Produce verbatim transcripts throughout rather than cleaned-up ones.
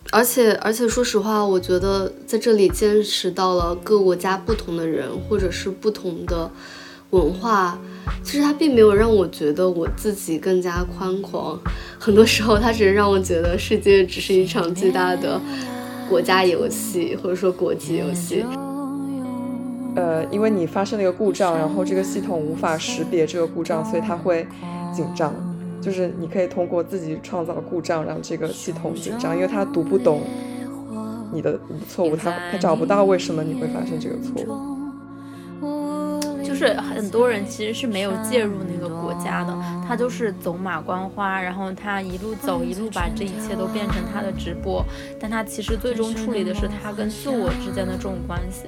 而且而且说实话，我觉得在这里见识到了各国家不同的人，或者是不同的文化，其实它并没有让我觉得我自己更加宽广，很多时候它只是让我觉得世界只是一场巨大的国家游戏，或者说国际游戏。 呃，因为你发生了一个故障，然后这个系统无法识别这个故障，所以它会紧张。就是你可以通过自己创造故障让这个系统紧张，因为它读不懂你的你的错误，它它找不到为什么你会发生这个错误。 就是很多人其实是没有介入那个国家的，他就是走马观花，然后他一路走一路把这一切都变成他的直播，但他其实最终处理的是他跟自我之间的这种关系。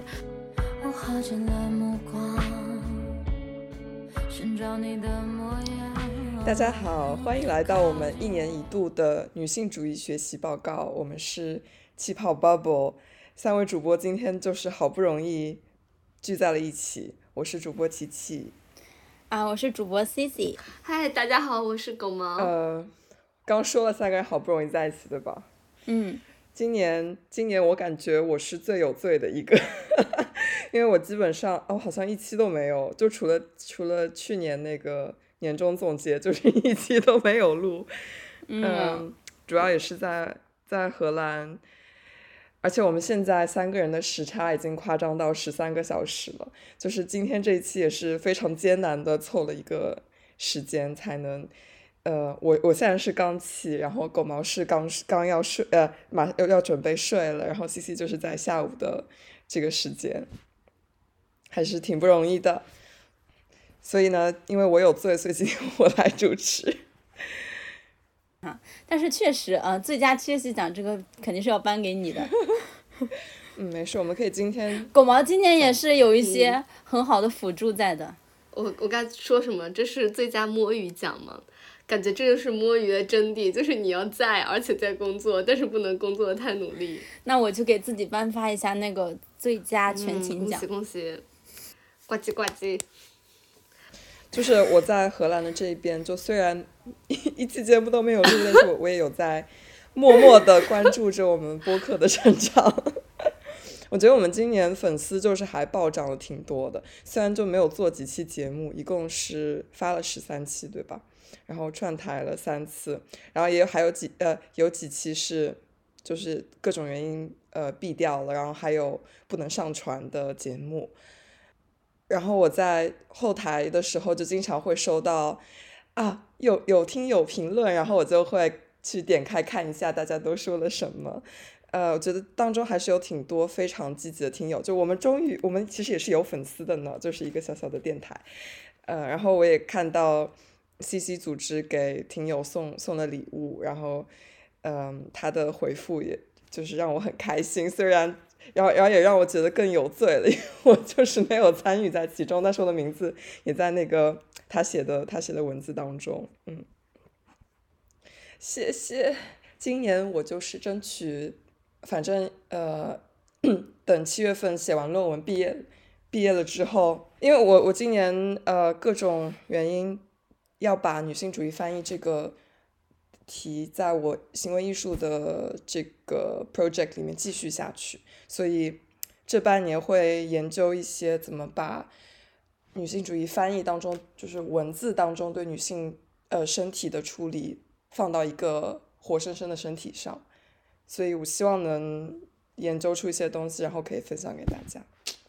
大家好，欢迎来到我们一年一度的女性主义学习报告，我们是气泡 Bubble， 三位主播今天就是好不容易聚在了一起。我是主播琪琪啊，我是主播 Cici。 嗨，大家好，我是狗毛。 呃，刚说了三个人好不容易在一起，对吧？ 嗯， 今年今年我感觉我是最有罪的一个，因为我基本上哦好像一期都没有，就除了除了去年那个年终总结，就是一期都没有录。 嗯， 嗯，主要也是在在荷兰。而且我们现在三个人的时差已经夸张到十三个小时了，就是今天这一期也是非常艰难的凑了一个时间才能，呃，我我现在是刚起，然后狗毛是刚刚要睡，呃，马要要准备睡了，然后 C C 就是在下午的这个时间，还是挺不容易的。所以呢，因为我有罪，所以今天我来主持。 啊，但是确实，呃，最佳缺席奖这个肯定是要颁给你的。 嗯，没事，我们可以今天。 狗毛今年也是有一些很好的辅助在的。 我我该说什么？这是最佳摸鱼奖吗？感觉这就是摸鱼的真谛，就是你要在，而且在工作，但是不能工作的太努力。 那我就给自己颁发一下那个最佳全勤奖。 嗯、恭喜恭喜，呱唧呱唧。 就是我在荷兰的这一边，就虽然一一期节目都没有录，但是我我也有在默默的关注着我们播客的成长。我觉得我们今年粉丝就是还暴涨了挺多的，虽然就没有做几期节目，一共是发了十三期，对吧？然后串台了三次，然后也还有几呃有几期是就是各种原因呃毙掉了，然后还有不能上传的节目。然后我在后台的时候就经常会收到啊有有听友评论，然后我就会去点开看一下大家都说了什么。呃，我觉得当中还是有挺多非常积极的听友，就我们终于我们其实也是有粉丝的呢，就是一个小小的电台。呃，然后我也看到 C C 组织给听友送送了礼物，然后嗯、呃，他的回复也就是让我很开心，虽然然后然后也让我觉得更有罪了，因为我就是没有参与在其中，但是我的名字也在那个他写的他写的文字当中。嗯，谢谢。今年我就是争取反正呃等七月份写完论文毕业毕业了之后，因为我我今年呃各种原因要把女性主义翻译这个题在我行为艺术的这个 project 里面继续下去，所以这半年会研究一些怎么把女性主义翻译当中就是文字当中对女性呃身体的处理放到一个活生生的身体上，所以我希望能研究出一些东西，然后可以分享给大家。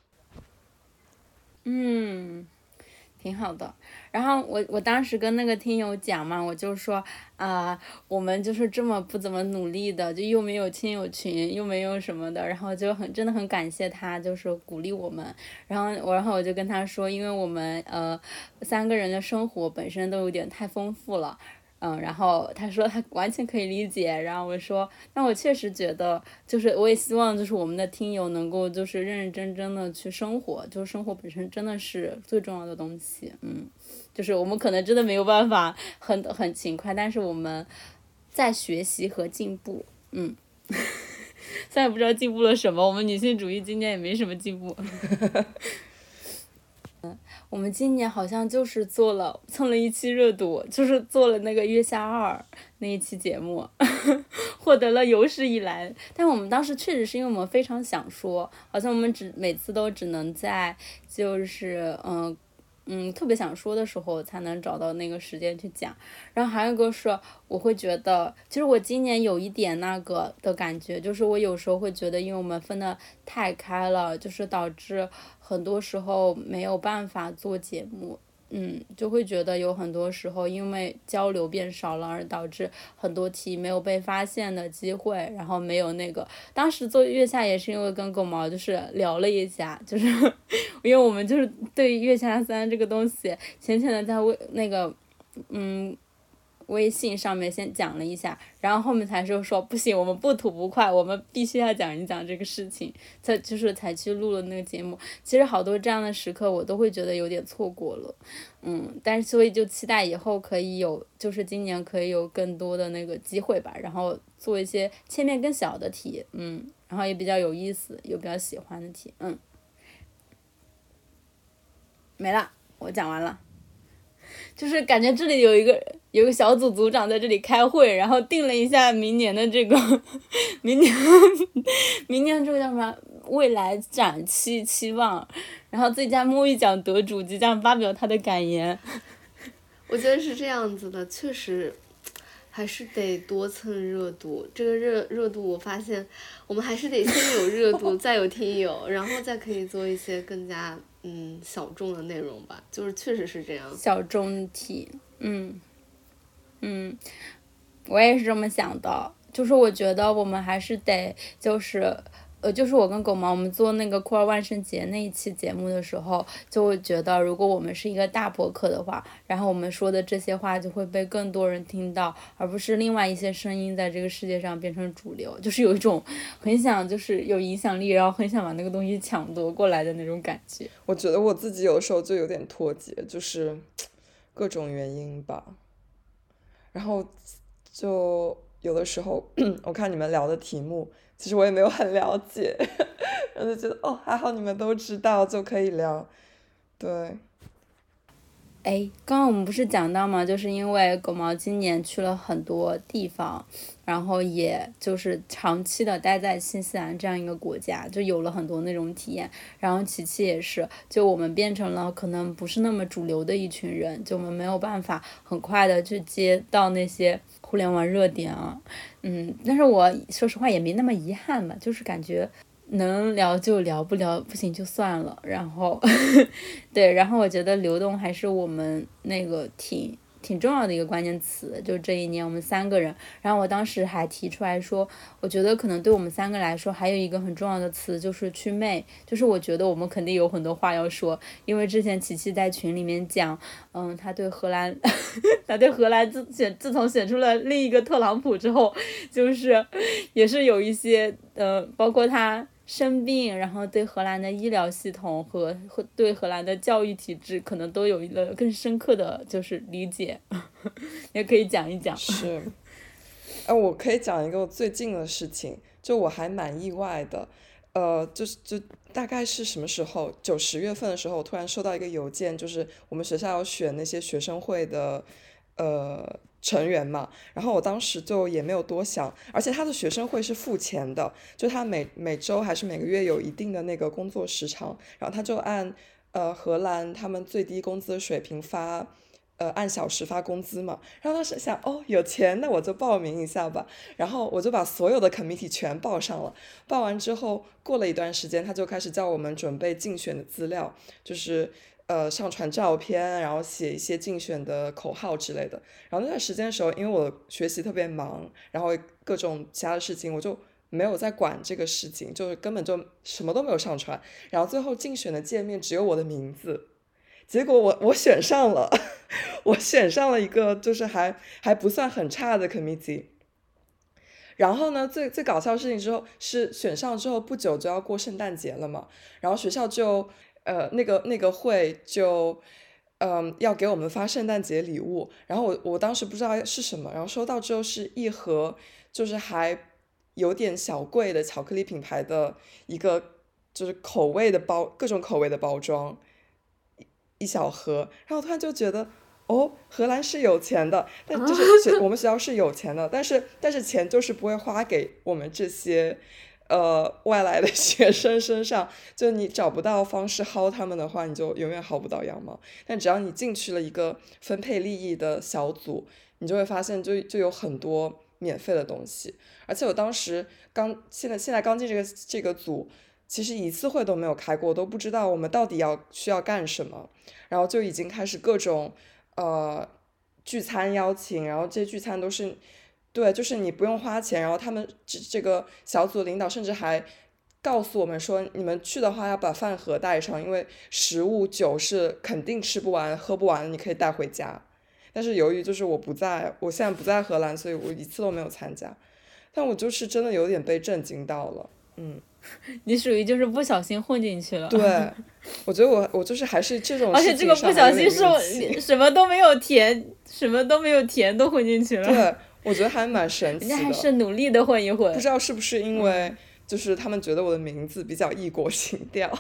嗯，挺好的。然后我我当时跟那个听友讲嘛，我就说啊、呃，我们就是这么不怎么努力的，就又没有亲友群，又没有什么的，然后就很真的很感谢他，就是鼓励我们。然后我然后我就跟他说，因为我们呃三个人的生活本身都有点太丰富了。嗯，然后他说他完全可以理解，然后我说，那我确实觉得，就是我也希望就是我们的听友能够就是认认真真的去生活，就是生活本身真的是最重要的东西。嗯，就是我们可能真的没有办法很很勤快，但是我们在学习和进步。嗯，现在不知道进步了什么，我们女性主义今年也没什么进步。 我们今年好像就是做了蹭了一期热度，就是做了那个月下二那一期节目获得了有史以来，但我们当时确实是因为我们非常想说，好像我们只每次都只能在就是嗯、呃嗯，特别想说的时候才能找到那个时间去讲。然后还有一个是，我会觉得，其实我今年有一点那个的感觉，就是我有时候会觉得，因为我们分得太开了，就是导致很多时候没有办法做节目。嗯，就会觉得有很多时候因为交流变少了，而导致很多题没有被发现的机会，然后没有那个。当时做月下也是因为跟狗毛就是聊了一下，就是因为我们就是对月下三这个东西浅浅的在微那个嗯微信上面先讲了一下，然后后面才说说不行，我们不吐不快，我们必须要讲一讲这个事情，才就是才去录了那个节目。其实好多这样的时刻我都会觉得有点错过了，嗯，但是所以就期待以后可以有，就是今年可以有更多的那个机会吧，然后做一些切面更小的题，嗯，然后也比较有意思，有比较喜欢的题，嗯，没了，我讲完了。就是感觉这里有一个有个小组组长在这里开会，然后定了一下明年的这个明年明年这个叫什么未来展期期望，然后最佳摸鱼奖得主即将发表他的感言。 我觉得是这样子的，确实还是得多蹭热度。这个热热度，我发现我们还是得先有热度，再有听友，然后再可以做一些更加嗯小众的内容吧。就是确实是这样。 小众题，嗯嗯，我也是这么想的。就是我觉得我们还是得就是呃，就是我跟狗毛我们做那个酷儿万圣节那一期节目的时候，就会觉得如果我们是一个大博客的话，然后我们说的这些话就会被更多人听到，而不是另外一些声音在这个世界上变成主流，就是有一种很想就是有影响力，然后很想把那个东西抢夺过来的那种感觉。 我觉得我自己有时候就有点脱节，就是各种原因吧，然后就有的时候我看你们聊的题目其实我也没有很了解，然后就觉得哦还好你们都知道就可以聊。对， 哎，刚刚我们不是讲到吗？就是因为狗毛今年去了很多地方，然后也就是长期的待在新西兰这样一个国家，就有了很多那种体验。然后琪琪也是，就我们变成了可能不是那么主流的一群人，就我们没有办法很快的去接到那些互联网热点啊，嗯，但是我说实话也没那么遗憾吧，就是感觉能聊就聊，不聊不行就算了。然后对，然后我觉得流动还是我们那个挺挺重要的一个关键词，就这一年我们三个人，然后我当时还提出来说，我觉得可能对我们三个来说还有一个很重要的词就是祛魅，就是我觉得我们肯定有很多话要说，因为之前琪琪在群里面讲，嗯，他对荷兰他对荷兰自选自从选出了另一个特朗普之后，就是也是有一些呃，包括他生病，然后对荷兰的医疗系统和和对荷兰的教育体制可能都有一个更深刻的就是理解，也可以讲一讲。 是，哎，我可以讲一个最近的事情，就我还蛮意外的，呃，就是就大概是什么时候，九十月份的时候，我突然收到一个邮件，就是我们学校要选那些学生会的，呃。成员嘛，然后我当时就也没有多想，而且他的学生会是付钱的，就他每每周还是每个月有一定的那个工作时长，然后他就按呃荷兰他们最低工资水平发呃按小时发工资嘛，然后当时想哦有钱那我就报名一下吧，然后我就把所有的 committee 全报上了，报完之后过了一段时间他就开始叫我们准备竞选的资料，就是呃，上传照片，然后写一些竞选的口号之类的。然后那段时间的时候，因为我学习特别忙，然后各种其他的事情，我就没有在管这个事情，就是根本就什么都没有上传。然后最后竞选的界面只有我的名字，结果我我选上了，我选上了一个就是还还不算很差的 committee。然后呢，最最搞笑的事情之后是选上之后不久就要过圣诞节了嘛，然后学校就。呃，那个那个会就，嗯，要给我们发圣诞节礼物，然后我我当时不知道是什么，然后收到之后是一盒，就是还有点小贵的巧克力品牌的一个，就是口味的包，各种口味的包装， 一小盒，然后突然就觉得哦，荷兰是有钱的，但就是我们学校是有钱的，但是但是钱就是不会花给我们这些呃外来的学生身上，就你找不到方式薅他们的话，你就永远薅不到羊毛。但只要你进去了一个分配利益的小组，你就会发现就就有很多免费的东西。而且我当时刚现在现在刚进这个这个组，其实一次会都没有开过，我都不知道我们到底要需要干什么，然后就已经开始各种呃聚餐邀请，然后这些聚餐都是对，就是你不用花钱，然后他们这这个小组领导甚至还告诉我们说，你们去的话要把饭盒带上，因为食物酒是肯定吃不完喝不完，你可以带回家。但是由于就是我不在，我现在不在荷兰，所以我一次都没有参加。但我就是真的有点被震惊到了，嗯。 你属于就是不小心混进去了。 对，我觉得我我就是还是这种而且这个事情上不小心还有点运气是什么都没有填，什么都没有填都混进去了。 对，我觉得还蛮神奇的。 人家还是努力的混一混。 不知道是不是因为就是他们觉得我的名字比较异国情调，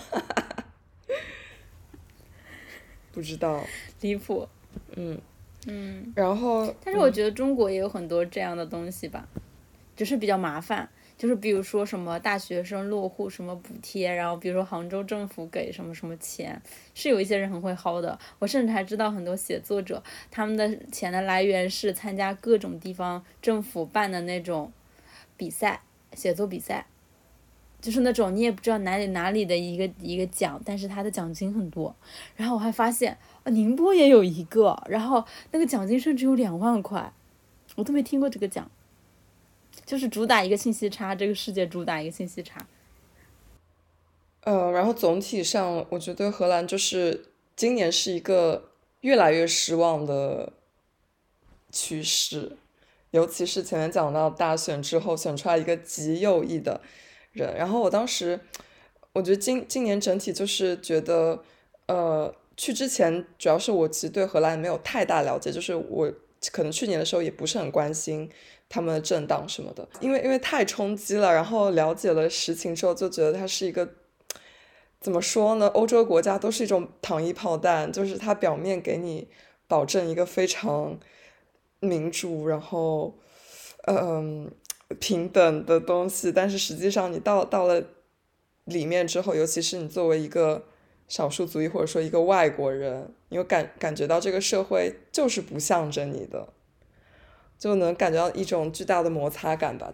不知道。 离谱。 嗯嗯， 然后但是我觉得中国也有很多这样的东西吧，只是比较麻烦。就是比如说什么大学生落户什么补贴，然后比如说杭州政府给什么什么钱，是有一些人很会薅的。我甚至还知道很多写作者，他们的钱的来源是参加各种地方政府办的那种比赛，写作比赛，就是那种你也不知道哪里哪里的一个一个奖，但是他的奖金很多。然后我还发现啊，宁波也有一个，然后那个奖金甚至有两万块，我都没听过这个奖。就是主打一个信息差，这个世界主打一个信息差。 呃，然后总体上，我觉得荷兰就是今年是一个越来越失望的趋势，尤其是前面讲到大选之后选出来一个极右翼的人，然后我当时我觉得今今年整体就是觉得，呃，去之前主要是我其实对荷兰没有太大了解，就是我可能去年的时候也不是很关心他们的政党什么的，因为因为太冲击了，然后了解了实情之后，就觉得它是一个怎么说呢？欧洲国家都是一种糖衣炮弹，就是它表面给你保证一个非常民主，然后嗯平等的东西，但是实际上你到到了里面之后，尤其是你作为一个少数族裔或者说一个外国人，你有感感觉到这个社会就是不向着你的。就能感觉到一种巨大的摩擦感吧。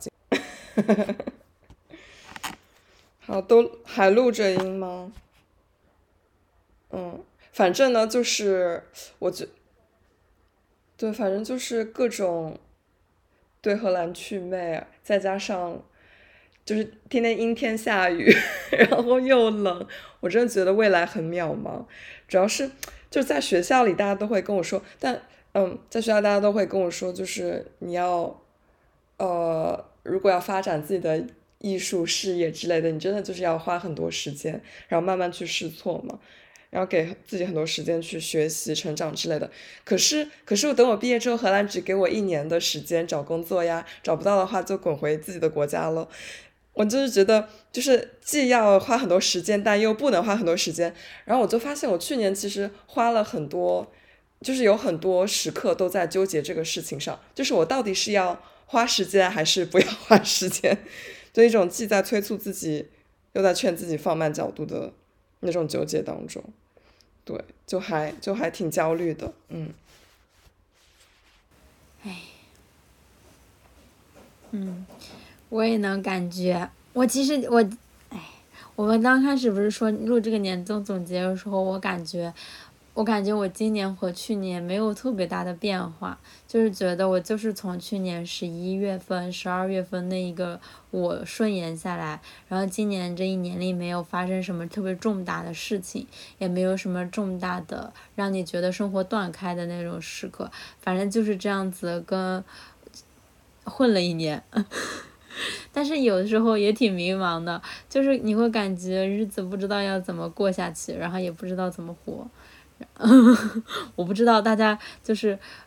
好，都还录着音吗？嗯，反正呢，就是我觉，对，反正就是各种对荷兰祛魅，再加上就是天天阴天下雨，然后又冷，我真的觉得未来很渺茫。主要是就是在学校里，大家都会跟我说，但。嗯，在学校大家都会跟我说，就是你要，呃，如果要发展自己的艺术事业之类的，你真的就是要花很多时间，然后慢慢去试错嘛，然后给自己很多时间去学习、成长之类的。可是，可是我等我毕业之后，荷兰只给我一年的时间找工作呀，找不到的话就滚回自己的国家了。我就是觉得，就是既要花很多时间，但又不能花很多时间。然后我就发现，我去年其实花了很多。就是有很多时刻都在纠结这个事情上，就是我到底是要花时间还是不要花时间，就一种既在催促自己又在劝自己放慢角度的那种纠结当中，对，就还就还挺焦虑的。嗯， 唉，嗯，我也能感觉，我其实我唉，我们刚开始不是说录这个年终总结的时候，我感觉我感觉我今年和去年没有特别大的变化，就是觉得我就是从去年十一月份、十二月份那一个我顺延下来，然后今年这一年里没有发生什么特别重大的事情，也没有什么重大的让你觉得生活断开的那种时刻，反正就是这样子跟混了一年。但是有的时候也挺迷茫的，就是你会感觉日子不知道要怎么过下去，然后也不知道怎么活。我不知道大家就是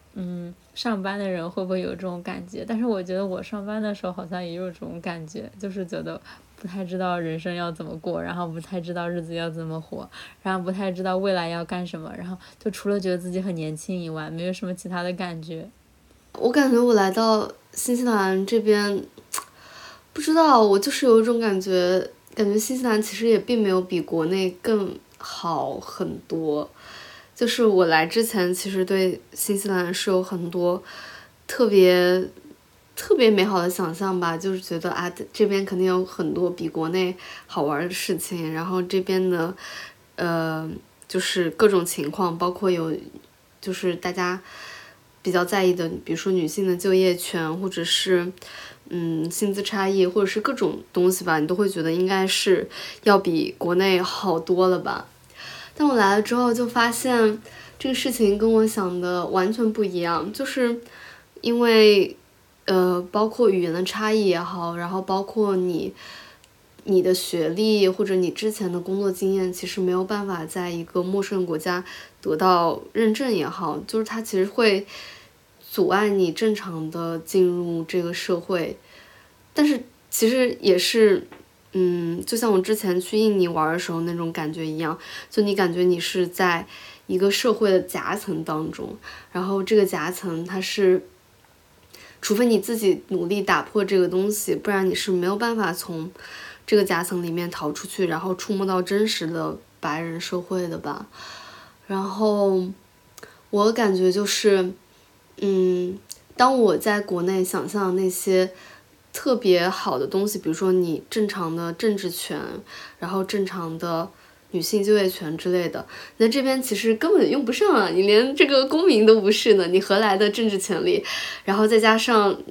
嗯，上班的人会不会有这种感觉？但是我觉得我上班的时候好像也有这种感觉，就是觉得不太知道人生要怎么过，然后不太知道日子要怎么活，然后不太知道未来要干什么，然后就除了觉得自己很年轻以外，没有什么其他的感觉。 我感觉我来到新西兰这边，不知道，我就是有一种感觉，感觉新西兰其实也并没有比国内更好很多。就是我来之前，其实对新西兰是有很多特别特别美好的想象吧，就是觉得啊，这边肯定有很多比国内好玩的事情，然后这边的呃，就是各种情况，包括有就是大家比较在意的，比如说女性的就业权，或者是嗯薪资差异，或者是各种东西吧，你都会觉得应该是要比国内好多了吧。但我来了之后就发现这个事情跟我想的完全不一样，就是因为呃，包括语言的差异也好，然后包括你你的学历或者你之前的工作经验，其实没有办法在一个陌生的国家得到认证也好，就是它其实会阻碍你正常的进入这个社会。但是其实也是嗯，就像我之前去印尼玩的时候那种感觉一样，就你感觉你是在一个社会的夹层当中，然后这个夹层它是除非你自己努力打破这个东西，不然你是没有办法从这个夹层里面逃出去，然后触摸到真实的白人社会的吧。然后我感觉就是嗯，当我在国内想象那些特别好的东西，比如说你正常的政治权，然后正常的女性就业权之类的，那这边其实根本用不上啊，你连这个公民都不是呢，你何来的政治权利？然后再加上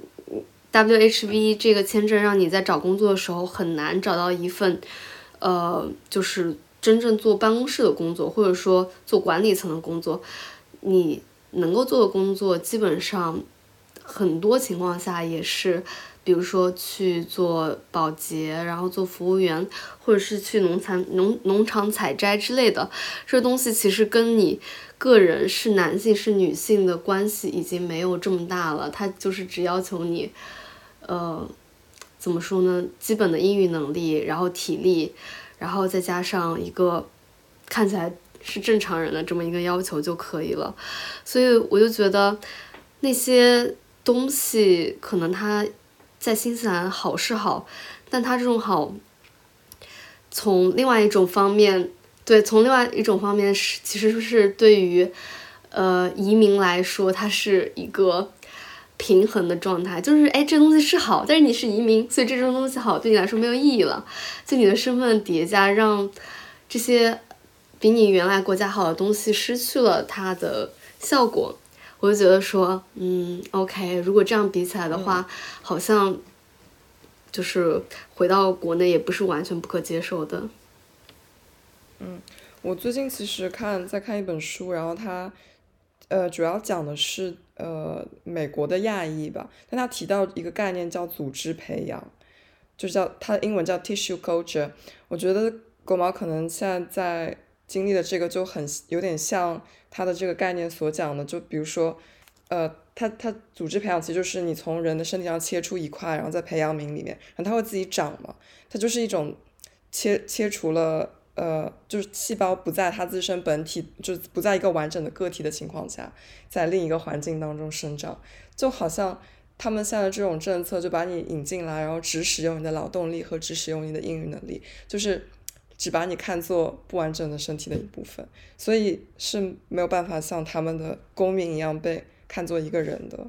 W H V 这个签证，让你在找工作的时候很难找到一份呃，就是真正做办公室的工作，或者说做管理层的工作。你能够做的工作基本上很多情况下也是比如说去做保洁，然后做服务员，或者是去农场农农场采摘之类的，这东西其实跟你个人是男性是女性的关系已经没有这么大了，它就是只要求你呃怎么说呢，基本的英语能力，然后体力，然后再加上一个看起来是正常人的这么一个要求就可以了。所以我就觉得那些东西可能它在新西兰好是好，但它这种好从另外一种方面，对，从另外一种方面是其实是对于呃移民来说，它是一个平衡的状态，就是哎这东西是好，但是你是移民，所以这种东西好对你来说没有意义了，就你的身份叠加让这些比你原来国家好的东西失去了它的效果。我就觉得说嗯 OK， 如果这样比起来的话、嗯、好像就是回到国内也不是完全不可接受的。 嗯，我最近其实看在看一本书，然后它呃主要讲的是呃美国的亚裔吧，但他提到一个概念叫组织培养，就叫它的英文叫 tissue culture。 我觉得狗毛可能现在在经历的这个就很有点像他的这个概念所讲的，就比如说呃它它组织培养其实就是你从人的身体上切出一块，然后在培养皿里面，然后它会自己长嘛，它就是一种切切除了呃就是细胞不在它自身本体，就是不在一个完整的个体的情况下，在另一个环境当中生长，就好像他们现在这种政策就把你引进来，然后只使用你的劳动力和只使用你的英语能力，就是只把你看作不完整的身体的一部分，所以是没有办法像他们的公民一样被看作一个人的。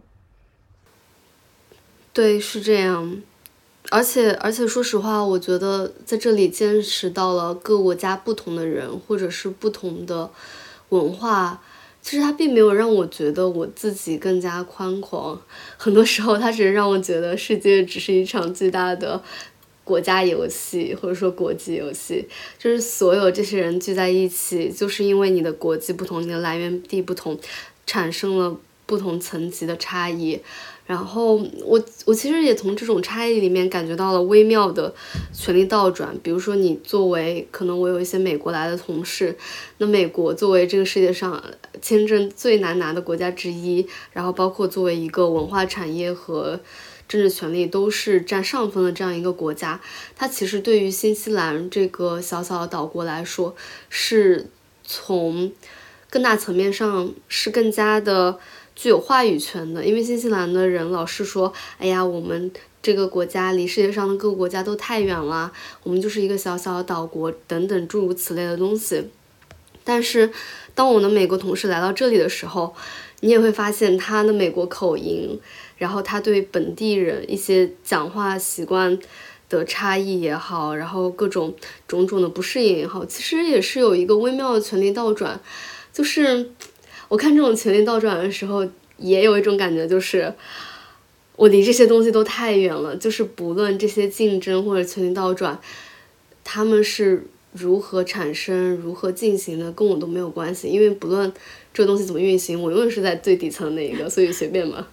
对，是这样。而且而且说实话，我觉得在这里见识到了各国家不同的人，或者是不同的文化，其实它并没有让我觉得我自己更加宽广，很多时候它只是让我觉得世界只是一场巨大的国家游戏，或者说国际游戏，就是所有这些人聚在一起，就是因为你的国籍不同，你的来源地不同，产生了不同层级的差异， 然后我我其实也从这种差异里面感觉到了微妙的权力倒转。比如说你作为可能我有一些美国来的同事，那美国作为这个世界上签证最难拿的国家之一，然后包括作为一个文化产业和政治权力都是占上风的这样一个国家，它其实对于新西兰这个小小的岛国来说，是从更大层面上是更加的具有话语权的。因为新西兰的人老是说，哎呀，我们这个国家离世界上的各个国家都太远了，我们就是一个小小的岛国等等诸如此类的东西。但是当我的美国同事来到这里的时候，你也会发现他的美国口音，然后他对本地人一些讲话习惯的差异也好，然后各种种种的不适应也好，其实也是有一个微妙的权力倒转。就是我看这种权力倒转的时候，也有一种感觉，就是我离这些东西都太远了。就是不论这些竞争或者权力倒转，他们是如何产生、如何进行的，跟我都没有关系。因为不论这个东西怎么运行，我永远是在最底层的那一个，所以随便吧。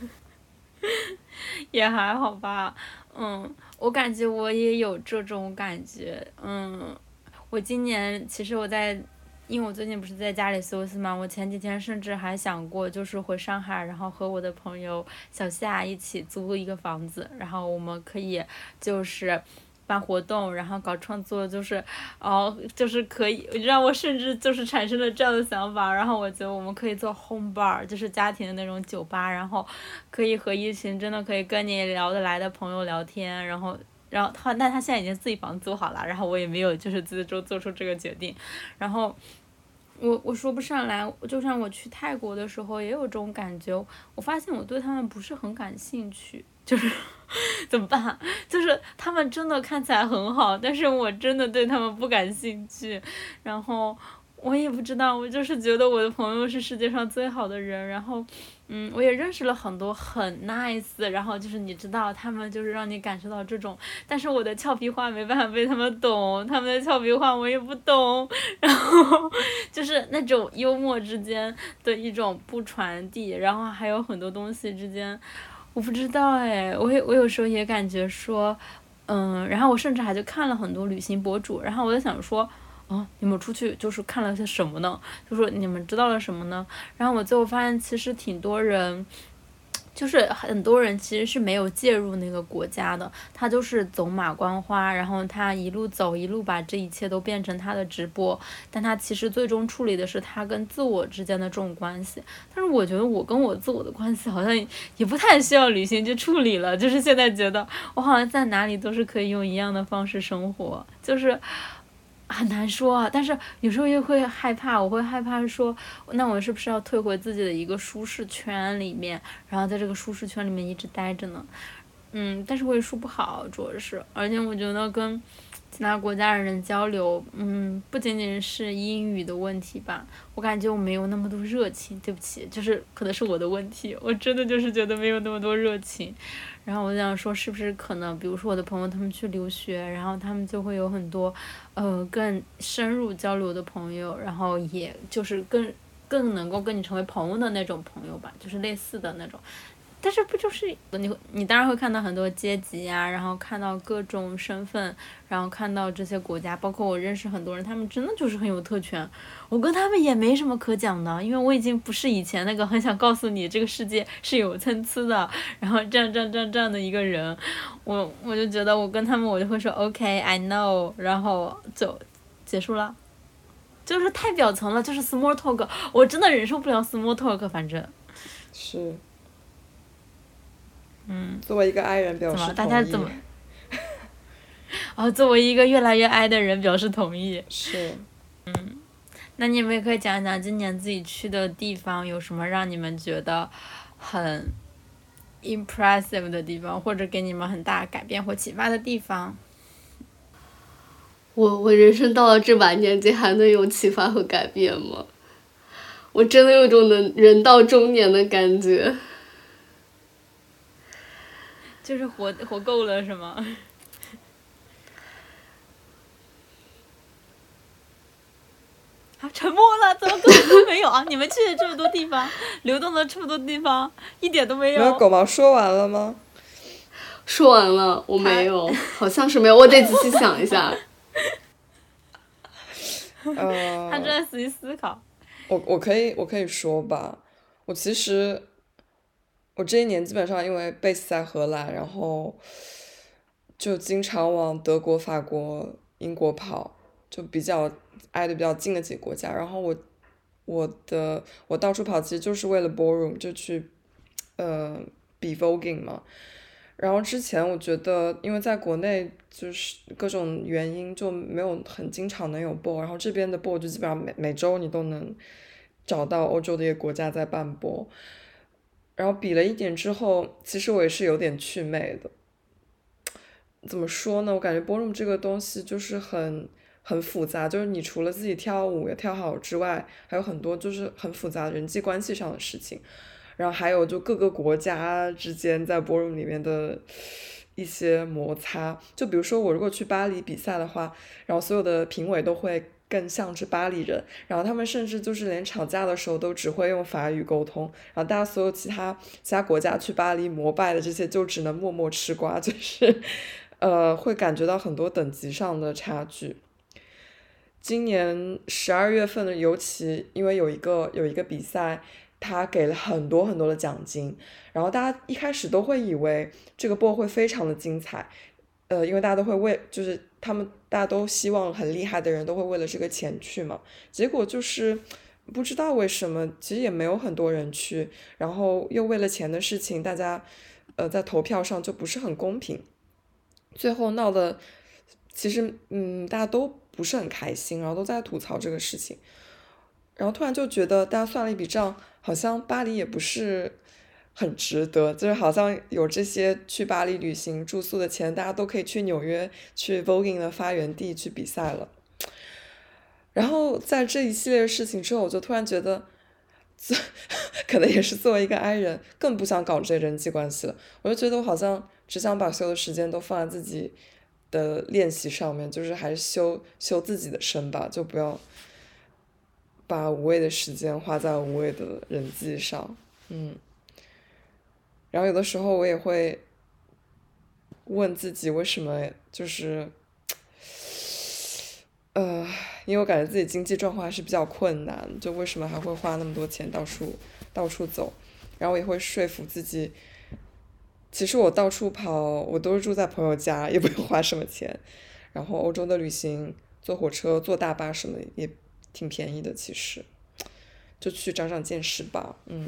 也还好吧，嗯，我感觉我也有这种感觉，嗯，我今年其实我在。因为我最近不是在家里休息嘛，我前几天甚至还想过，就是回上海，然后和我的朋友小夏一起租一个房子，然后我们可以就是办活动，然后搞创作，就是哦，就是可以让我甚至就是产生了这样的想法。然后我觉得我们可以做 home bar， 就是家庭的那种酒吧，然后可以和一群真的可以跟你聊得来的朋友聊天，然后。然后他，但他现在已经自己房租好了，然后我也没有就是自己做出这个决定，然后我我说不上来，就像我去泰国的时候也有这种感觉，我发现我对他们不是很感兴趣，就是怎么办？就是他们真的看起来很好，但是我真的对他们不感兴趣，然后我也不知道，我就是觉得我的朋友是世界上最好的人，然后。嗯，我也认识了很多很 nice， 然后就是你知道，他们就是让你感受到这种，但是我的俏皮话没办法被他们懂，他们的俏皮话我也不懂，然后就是那种幽默之间的一种不传递，然后还有很多东西之间，我不知道哎，我我有时候也感觉说，嗯，然后我甚至还去看了很多旅行博主，然后我在想说。哦，你们出去就是看了些什么呢？就说你们知道了什么呢？然后我最后发现，其实挺多人，就是很多人其实是没有介入那个国家的，他就是走马观花，然后他一路走一路把这一切都变成他的直播，但他其实最终处理的是他跟自我之间的这种关系。但是我觉得我跟我自我的关系好像也不太需要旅行去处理了，就是现在觉得我好像在哪里都是可以用一样的方式生活，就是。很难说啊，但是有时候又会害怕，我会害怕说，那我是不是要退回自己的一个舒适圈里面，然后在这个舒适圈里面一直待着呢？嗯，但是我也说不好，主要是，而且我觉得跟其他国家的人交流，嗯，不仅仅是英语的问题吧，我感觉我没有那么多热情，对不起，就是可能是我的问题，我真的就是觉得没有那么多热情。然后我想说，是不是可能，比如说我的朋友他们去留学，然后他们就会有很多，呃，更深入交流的朋友，然后也就是更更能够跟你成为朋友的那种朋友吧，就是类似的那种。但是不就是你你当然会看到很多阶级啊，然后看到各种身份，然后看到这些国家，包括我认识很多人，他们真的就是很有特权，我跟他们也没什么可讲的，因为我已经不是以前那个很想告诉你这个世界是有参差的，然后这样这样这样这样的一个人，我我就觉得我跟他们我就会说 OK I know， 然后就结束了，就是太表层了，就是 small talk， 我真的忍受不了 small talk， 反正是。 嗯， 作为一个 I 人表示同意。 大家怎么？哦，作为一个越来越 I 的人表示同意。 是。 嗯，那你们也可以讲一讲今年自己去的地方有什么让你们觉得很 impressive 的地方，或者给你们很大改变或启发的地方。 我我人生到了这把年纪还能有启发和改变吗？我真的有种的人到中年的感觉。 就是活活够了是吗？ 啊，沉默了，怎么根本都没有啊？你们去了这么多地方，流动了这么多地方，一点都没有。 没有，狗毛说完了吗？ 说完了，我没有，好像是没有，我得仔细想一下。 呃， 他正在仔细思考。 我我可以我可以说吧，我其实我这一年基本上因为 base 在荷兰，然后就经常往德国、法国、英国跑，就比较挨得比较近的几个国家。然后我我的我到处跑，其实就是为了 ballroom，就去呃比 voguing 嘛。然后之前我觉得，因为在国内就是各种原因就没有很经常能有 ball，然后这边的 ball 就基本上每每周你都能找到欧洲的一个国家在办 ball。然后比了一点之后，其实我也是有点祛魅的。怎么说呢？我感觉 ballroom 这个东西就是很很复杂，就是你除了自己跳舞也跳好之外，还有很多就是很复杂人际关系上的事情。然后还有就各个国家之间在 ballroom 里面的一些摩擦，就比如说我如果去巴黎比赛的话，然后所有的评委都会更像是巴黎人，然后他们甚至就是连吵架的时候都只会用法语沟通，然后大家所有其他其他国家去巴黎膜拜的这些就只能默默吃瓜，就是呃会感觉到很多等级上的差距。今年十二月份的，尤其因为有一个有一个比赛。他给了很多很多的奖金，然后大家一开始都会以为这个 ball 会非常的精彩，呃，因为大家都会为就是他们大家都希望很厉害的人都会为了这个钱去嘛，结果就是不知道为什么，其实也没有很多人去，然后又为了钱的事情，大家呃在投票上就不是很公平，最后闹的其实嗯大家都不是很开心，然后都在吐槽这个事情。然后突然就觉得大家算了一笔账，好像巴黎也不是很值得，就是好像有这些去巴黎旅行住宿的钱，大家都可以去纽约去 voguing 的发源地去比赛了。然后在这一系列的事情之后，我就突然觉得可能也是作为一个 I 人更不想搞这些人际关系了，我就觉得我好像只想把所有的时间都放在自己的练习上面，就是还是修修自己的身吧，就不要把无谓的时间花在无谓的人际上。嗯，然后有的时候我也会问自己为什么就是呃因为我感觉自己经济状况还是比较困难，就为什么还会花那么多钱到处到处走，然后我也会说服自己其实我到处跑我都是住在朋友家，也不用花什么钱，然后欧洲的旅行坐火车坐大巴什么也挺便宜的，其实就去长长见识吧。嗯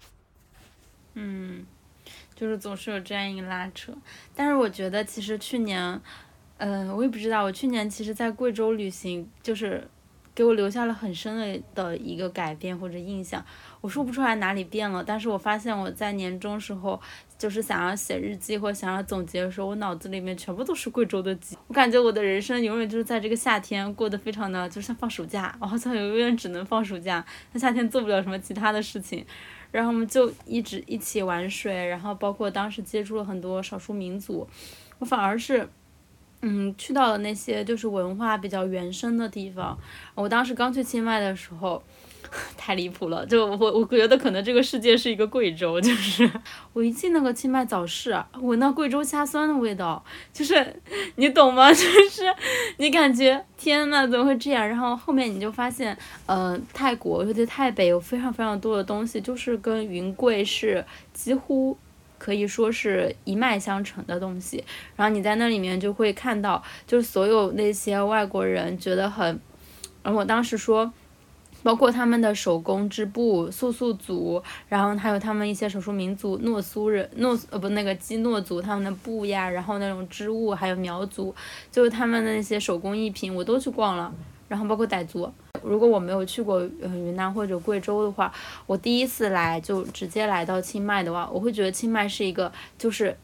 嗯，就是总是有这样一个拉扯，但是我觉得其实去年嗯、呃，我也不知道，我去年其实在贵州旅行就是给我留下了很深的的一个改变或者印象，我说不出来哪里变了，但是我发现我在年终时候就是想要写日记或想要总结的时候，我脑子里面全部都是贵州的记忆，我感觉我的人生永远就是在这个夏天过得非常的就像放暑假，我好像永远只能放暑假，在夏天做不了什么其他的事情，然后我们就一直一起玩水，然后包括当时接触了很多少数民族，我反而是嗯，去到了那些就是文化比较原生的地方。我当时刚去清迈的时候，太离谱了，就我我觉得可能这个世界是一个贵州，就是我一进那个清迈早市，闻到贵州虾酸的味道，就是你懂吗？就是你感觉天呐，怎么会这样？然后后面你就发现，呃，泰国尤其泰北有非常非常多的东西，就是跟云贵是几乎可以说是一脉相承的东西，然后你在那里面就会看到，就是所有那些外国人觉得很，然后我当时说。包括他们的手工织布、傈僳族，然后还有他们一些少数民族诺苏人、诺呃不那个基诺族他们的布呀，然后那种织物，还有苗族，就是他们的那些手工艺品，我都去逛了。然后包括傣族，如果我没有去过呃云南或者贵州的话，我第一次来就直接来到清迈的话，我会觉得清迈是一个就是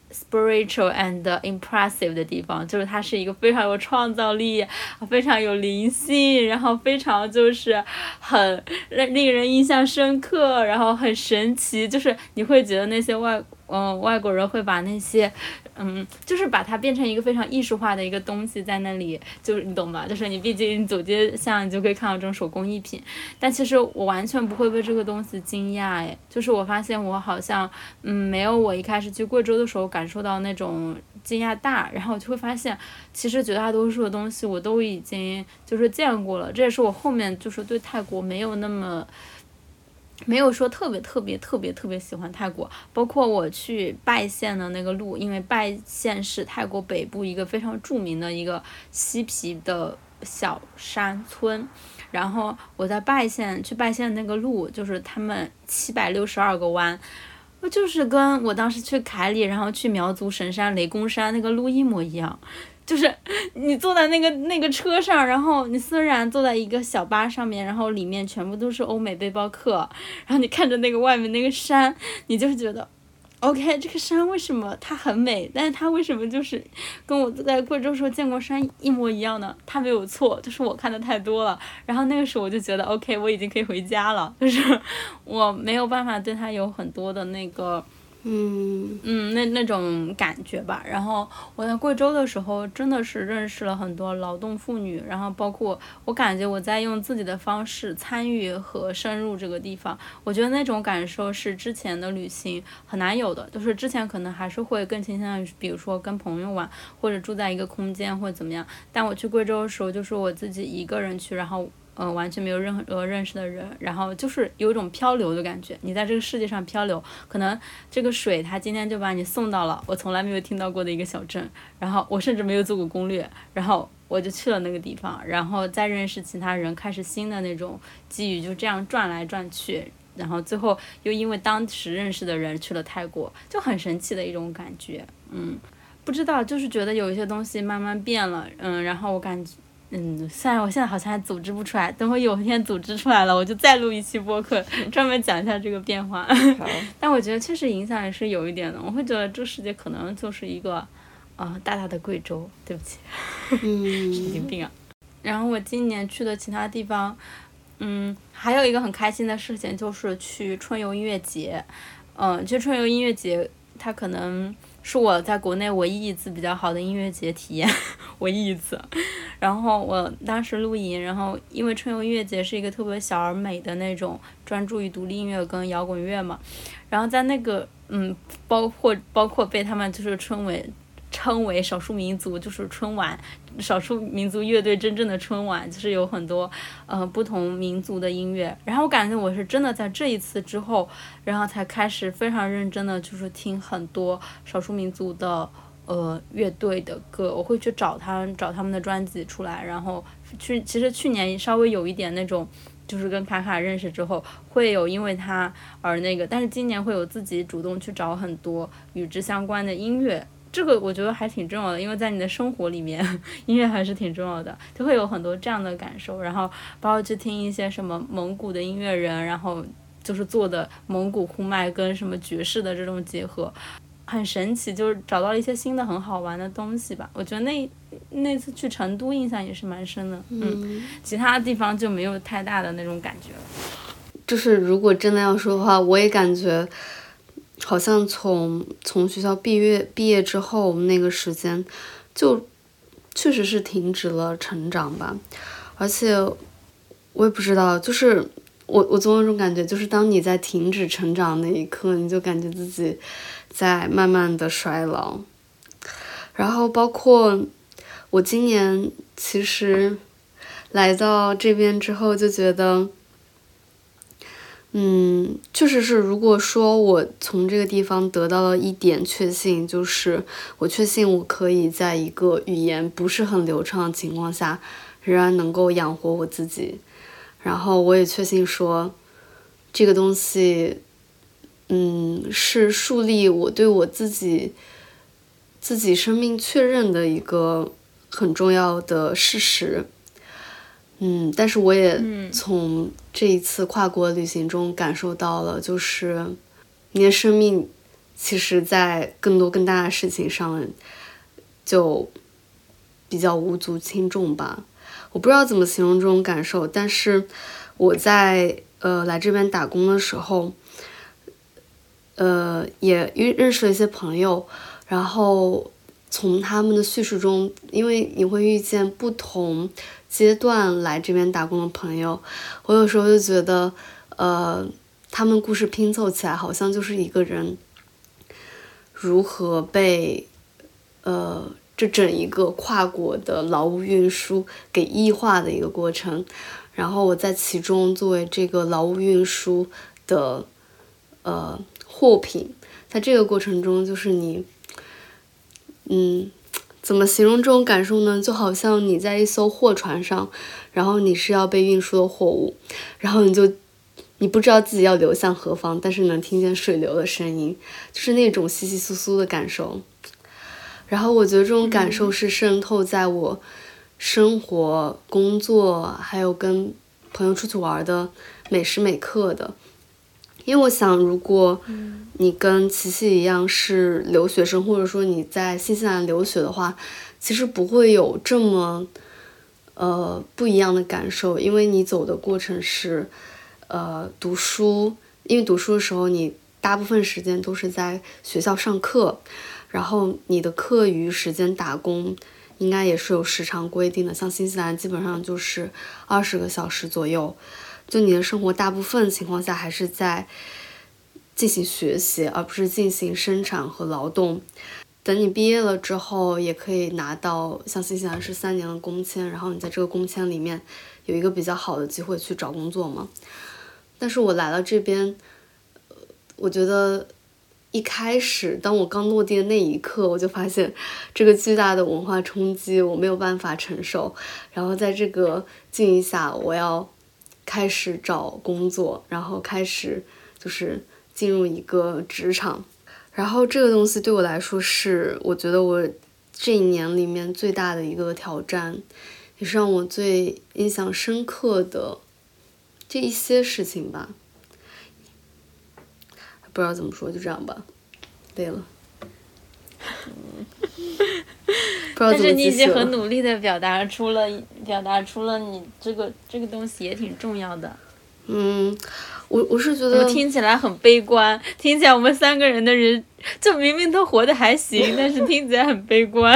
spiritual and impressive 的地方，就是它是一个非常有创造力，非常有灵性，然后非常就是很令人印象深刻，然后很神奇，就是你会觉得那些外嗯、呃、外国人会把那些嗯就是把它变成一个非常艺术化的一个东西在那里，就是你懂吧，就是你毕竟走街巷你就可以看到这种手工艺品，但其实我完全不会被这个东西惊讶哎，就是我发现我好像嗯没有我一开始去贵州的时候感受到那种惊讶大，然后我就会发现其实绝大多数的东西我都已经就是见过了，这也是我后面就是对泰国没有那么没有说特别特别特别特别喜欢泰国，包括我去拜县的那个路，因为拜县是泰国北部一个非常著名的一个嬉皮的小山村，然后我在拜县去拜县那个路就是他们七百六十二个弯，就是跟我当时去凯里然后去苗族神山雷公山那个路一模一样，就是你坐在那个那个车上，然后你虽然坐在一个小巴上面，然后里面全部都是欧美背包客，然后你看着那个外面那个山，你就是觉得 OK 这个山为什么它很美，但是它为什么就是跟我在贵州时候见过山一模一样呢？它没有错，就是我看的太多了，然后那个时候我就觉得 OK 我已经可以回家了，就是我没有办法对它有很多的那个嗯嗯，那那种感觉吧。然后我在贵州的时候，真的是认识了很多劳动妇女，然后包括我感觉我在用自己的方式参与和深入这个地方。我觉得那种感受是之前的旅行很难有的，就是之前可能还是会更倾向于，比如说跟朋友玩，或者住在一个空间或者怎么样。但我去贵州的时候，就是我自己一个人去，然后。呃，完全没有任何认识的人，然后就是有一种漂流的感觉，你在这个世界上漂流，可能这个水它今天就把你送到了我从来没有听到过的一个小镇，然后我甚至没有做过攻略，然后我就去了那个地方，然后再认识其他人，开始新的那种机遇，就这样转来转去，然后最后又因为当时认识的人去了泰国，就很神奇的一种感觉。嗯，不知道，就是觉得有一些东西慢慢变了，嗯，然后我感觉嗯，虽然我现在好像还组织不出来，等会有一天组织出来了，我就再录一期播客，专门讲一下这个变化。但我觉得确实影响也是有一点的，我会觉得这世界可能就是一个，呃，大大的贵州。对不起， 嗯， 神经病啊。然后我今年去的其他地方，嗯，还有一个很开心的事情就是去春游音乐节。嗯，去春游音乐节，它可能是我在国内唯一一次比较好的音乐节体验，唯一一次。然后我当时露营，然后因为春游音乐节是一个特别小而美的那种专注于独立音乐跟摇滚乐嘛，然后在那个嗯，包括包括被他们就是称为称为少数民族，就是春晚，少数民族乐队真正的春晚，就是有很多呃不同民族的音乐。然后我感觉我是真的在这一次之后，然后才开始非常认真的就是听很多少数民族的呃乐队的歌，我会去找他找他们的专辑出来，然后去其实去年稍微有一点那种。就是跟卡卡认识之后，会有因为他而那个，但是今年会有自己主动去找很多与之相关的音乐，这个我觉得还挺重要的，因为在你的生活里面，音乐还是挺重要的，就会有很多这样的感受。然后包括去听一些什么蒙古的音乐人，然后就是做的蒙古呼麦跟什么爵士的这种结合。很神奇，就是找到了一些新的很好玩的东西吧。我觉得那那次去成都印象也是蛮深的，嗯，嗯其他地方就没有太大的那种感觉了。 就是如果真的要说的话，我也感觉好像从从学校毕业毕业之后那个时间，就确实是停止了成长吧。而且我也不知道，就是我我总有一种感觉，就是当你在停止成长那一刻，你就感觉自己在慢慢的衰老。然后包括我今年其实来到这边之后就觉得嗯，确实是如果说我从这个地方得到了一点确信，就是我确信我可以在一个语言不是很流畅的情况下仍然能够养活我自己，然后我也确信说这个东西嗯，是树立我对我自己自己生命确认的一个很重要的事实。嗯，但是我也从这一次跨国旅行中感受到了，就是你的生命其实在更多更大的事情上就比较无足轻重吧。我不知道怎么形容这种感受，但是我在呃来这边打工的时候，呃也认识了一些朋友，然后从他们的叙事中，因为你会遇见不同阶段来这边打工的朋友，我有时候就觉得呃他们故事拼凑起来好像就是一个人如何被呃这整一个跨国的劳务运输给异化的一个过程，然后我在其中作为这个劳务运输的呃货品，在这个过程中就是你嗯怎么形容这种感受呢？就好像你在一艘货船上，然后你是要被运输的货物，然后你就你不知道自己要流向何方，但是能听见水流的声音，就是那种稀稀疏疏的感受。然后我觉得这种感受是渗透在我生活、工作还有跟朋友出去玩的每时每刻的。因为我想，如果你跟琪琪一样是留学生，或者说你在新西兰留学的话，其实不会有这么呃不一样的感受，因为你走的过程是呃读书，因为读书的时候你大部分时间都是在学校上课，然后你的课余时间打工应该也是有时长规定的，像新西兰基本上就是二十个小时左右，就你的生活大部分情况下还是在进行学习，而不是进行生产和劳动。等你毕业了之后，也可以拿到像新西兰是三年的工签，然后你在这个工签里面有一个比较好的机会去找工作嘛。但是我来了这边，我觉得一开始当我刚落地的那一刻，我就发现这个巨大的文化冲击我没有办法承受，然后在这个境遇下，我要开始找工作，然后开始就是进入一个职场，然后这个东西对我来说是我觉得我这一年里面最大的一个挑战，也是让我最印象深刻的这一些事情吧。不知道怎么说，就这样吧，累了。 但是你已经很努力的表达出了，表达出了你这个这个东西也挺重要的。 嗯，我我是觉得我听起来很悲观，听起来我们三个人的人就明明都活得还行，但是听起来很悲观。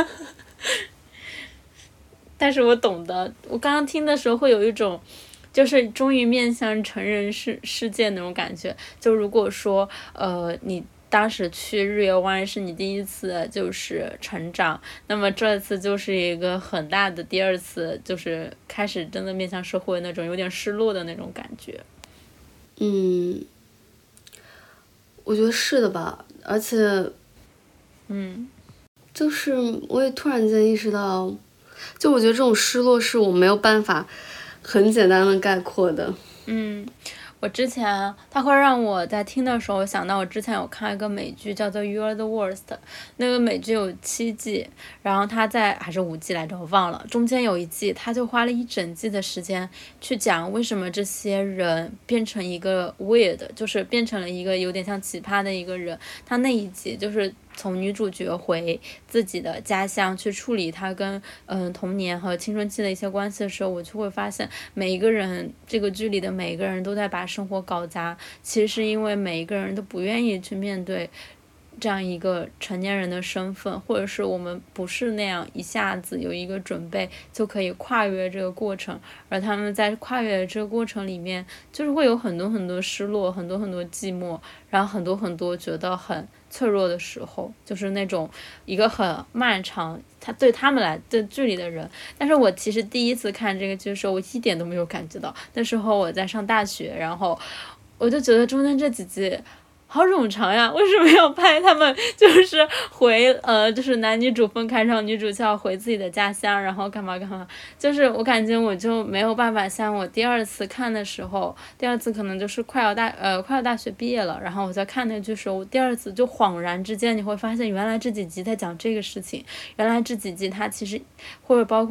但是我懂得，我刚刚听的时候会有一种就是终于面向成人世世界那种感觉。就如果说呃你当时去日月湾是你第一次就是成长，那么这次就是一个很大的第二次，就是开始真的面向社会那种有点失落的那种感觉。 嗯，我觉得是的吧，而且嗯， 就是我也突然间意识到，就我觉得这种失落是我没有办法很简单的概括的。 嗯，我之前它会让我在听的时候想到我之前有看一个美剧叫做 You Are the Worst， 那个美剧有七季，然后它在还是五季来着我忘了，中间有一季它就花了一整季的时间去讲为什么这些人变成一个 weird， 就是变成了一个有点像奇葩的一个人。它那一集就是从女主角回自己的家乡去处理她跟嗯、呃、童年和青春期的一些关系的时候，我就会发现每一个人这个剧里的每一个人都在把生活搞砸，其实是因为每一个人都不愿意去面对这样一个成年人的身份，或者是我们不是那样一下子有一个准备就可以跨越这个过程，而他们在跨越这个过程里面就是会有很多很多失落，很多很多寂寞，然后很多很多觉得很脆弱的时候，就是那种一个很漫长，他对他们来对剧里的人。但是我其实第一次看这个剧的时候，我一点都没有感觉到，那时候我在上大学，然后我就觉得中间这几集好冗长呀，为什么要拍他们就是回呃就是男女主分开，然后女主就要回自己的家乡，然后干嘛干嘛，就是我感觉我就没有办法像我第二次看的时候，第二次可能就是快要大呃快要大学毕业了，然后我在看那剧的时候，第二次就恍然之间你会发现原来这几集在讲这个事情，原来这几集它其实或者包括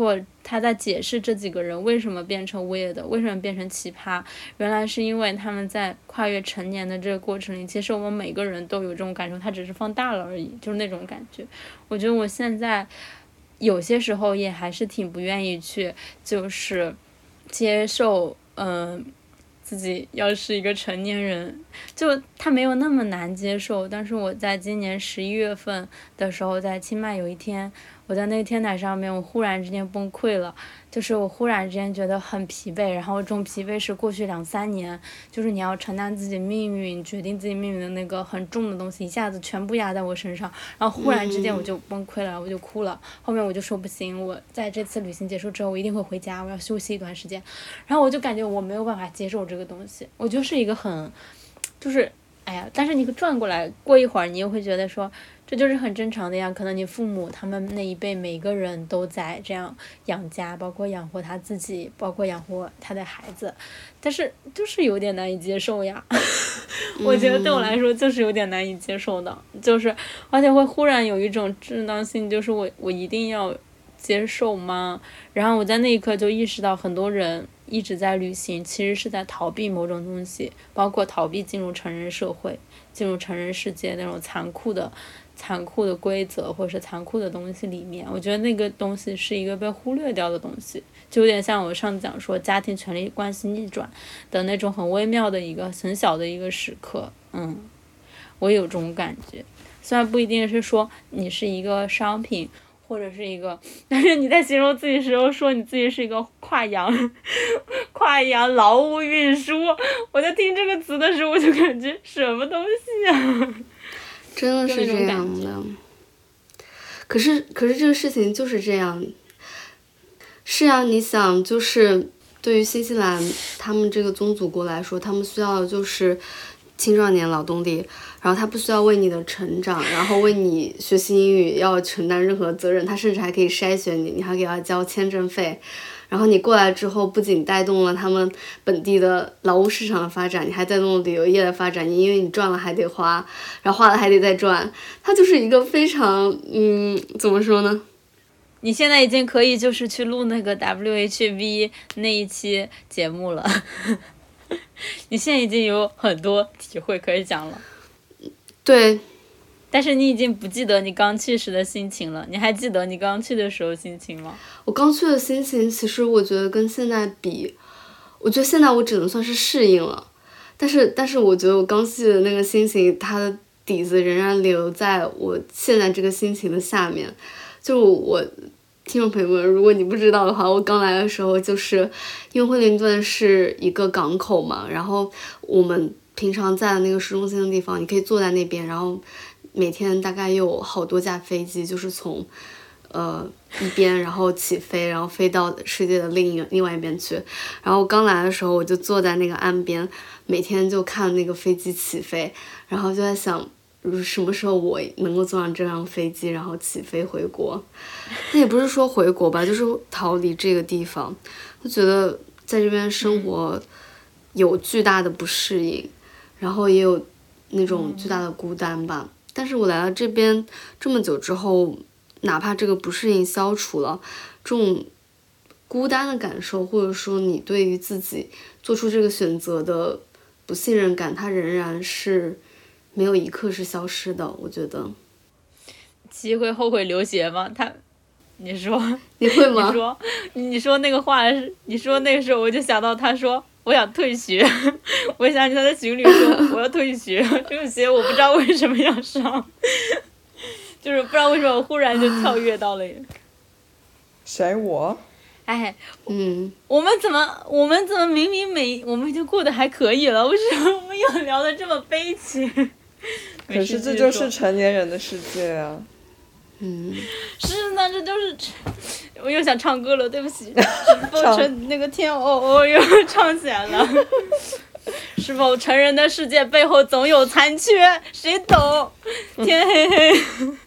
他在解释这几个人为什么变成 weird， 为什么变成奇葩，原来是因为他们在跨越成年的这个过程里，其实我们每个人都有这种感受，他只是放大了而已，就是那种感觉。我觉得我现在有些时候也还是挺不愿意去就是接受嗯、呃自己要是一个成年人，就他没有那么难接受。但是我在今年十一月份的时候，在清迈有一天，我在那个天台上面，我忽然之间崩溃了，就是我忽然之间觉得很疲惫，然后这种疲惫是过去两三年，就是你要承担自己命运、决定自己命运的那个很重的东西，一下子全部压在我身上，然后忽然之间我就崩溃了，我就哭了。后面我就说不行，我在这次旅行结束之后，我一定会回家，我要休息一段时间。然后我就感觉我没有办法接受这个东西，我就是一个很，就是哎呀，但是你转过来过一会儿，你又会觉得说。这就是很正常的呀，可能你父母他们那一辈每个人都在这样养家，包括养活他自己，包括养活他的孩子，但是就是有点难以接受呀。我觉得对我来说就是有点难以接受的，就是而且会忽然有一种正当性，就是我我一定要接受吗？然后我在那一刻就意识到，很多人一直在旅行，其实是在逃避某种东西，包括逃避进入成人社会，进入成人世界那种残酷的。残酷的规则或者是残酷的东西里面，我觉得那个东西是一个被忽略掉的东西，就有点像我上次讲说家庭权力关系逆转的那种很微妙的一个很小的一个时刻。嗯，我有这种感觉，虽然不一定是说你是一个商品或者是一个，但是你在形容自己时候说你自己是一个跨洋跨洋劳务运输，我在听这个词的时候我就感觉什么东西啊， 真的是这样的。可是可是这个事情就是这样。是啊，你想，就是对于新西兰他们这个宗主国来说，他们需要的就是青少年劳动力，然后他不需要为你的成长，然后为你学习英语要承担任何责任，他甚至还可以筛选你，你还给他交签证费。然后你过来之后，不仅带动了他们本地的劳务市场的发展，你还带动了旅游业的发展。你因为你赚了还得花，然后花了还得再赚，它就是一个非常嗯，怎么说呢？ 你现在已经可以就是去录那个 W H V 那一期节目了，你现在已经有很多体会可以讲了。 对。 但是你已经不记得你刚去时的心情了，你还记得你刚去的时候心情吗？ 我刚去的心情，其实我觉得跟现在比，我觉得现在我只能算是适应了，但是但是我觉得我刚去的那个心情，它的底子仍然留在我现在这个心情的下面。就我听众朋友们，如果你不知道的话，我刚来的时候就是因为惠灵顿是一个港口嘛，然后我们平常在的那个市中心的地方，你可以坐在那边，然后每天大概有好多架飞机，就是从呃一边然后起飞，然后飞到世界的另一另外一边去。然后刚来的时候我就坐在那个岸边，每天就看那个飞机起飞，然后就在想什么时候我能够坐上这辆飞机然后起飞回国。那也不是说回国吧，就是逃离这个地方。就觉得在这边生活有巨大的不适应，然后也有那种巨大的孤单吧。但是我来到这边这么久之后，哪怕这个不适应消除了，这种孤单的感受，或者说你对于自己做出这个选择的不信任感，它仍然是没有一刻是消失的。我觉得鸡会后悔流血吗？他你说你会吗？ 你说你说那个话是你说那个时候我就想到他说我想退学，我想起他在群里说我要退学，这个学我不知道为什么要上，就是不知道为什么我忽然就跳跃到了。 谁我？ 哎， 嗯， 我们怎么我们怎么明明每我们就过得还可以了，为什么我们又聊得这么悲情？ 可是这就是成年人的世界啊。 嗯， 是呢，这就是我又想唱歌了，对不起。是否成那个天哦哦又唱起来了。是否成人的世界背后总有残缺？谁懂？天黑黑。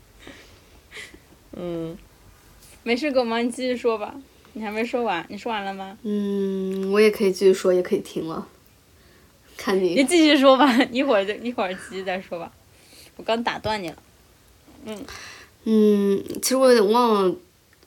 嗯， 没事，狗毛，你继续说吧。你还没说完，你说完了吗？ 嗯，我也可以继续说，也可以停了，看你。 你继续说吧，一会儿就一会儿继续再说吧。我刚打断你了。嗯。 嗯，其实我有点忘了，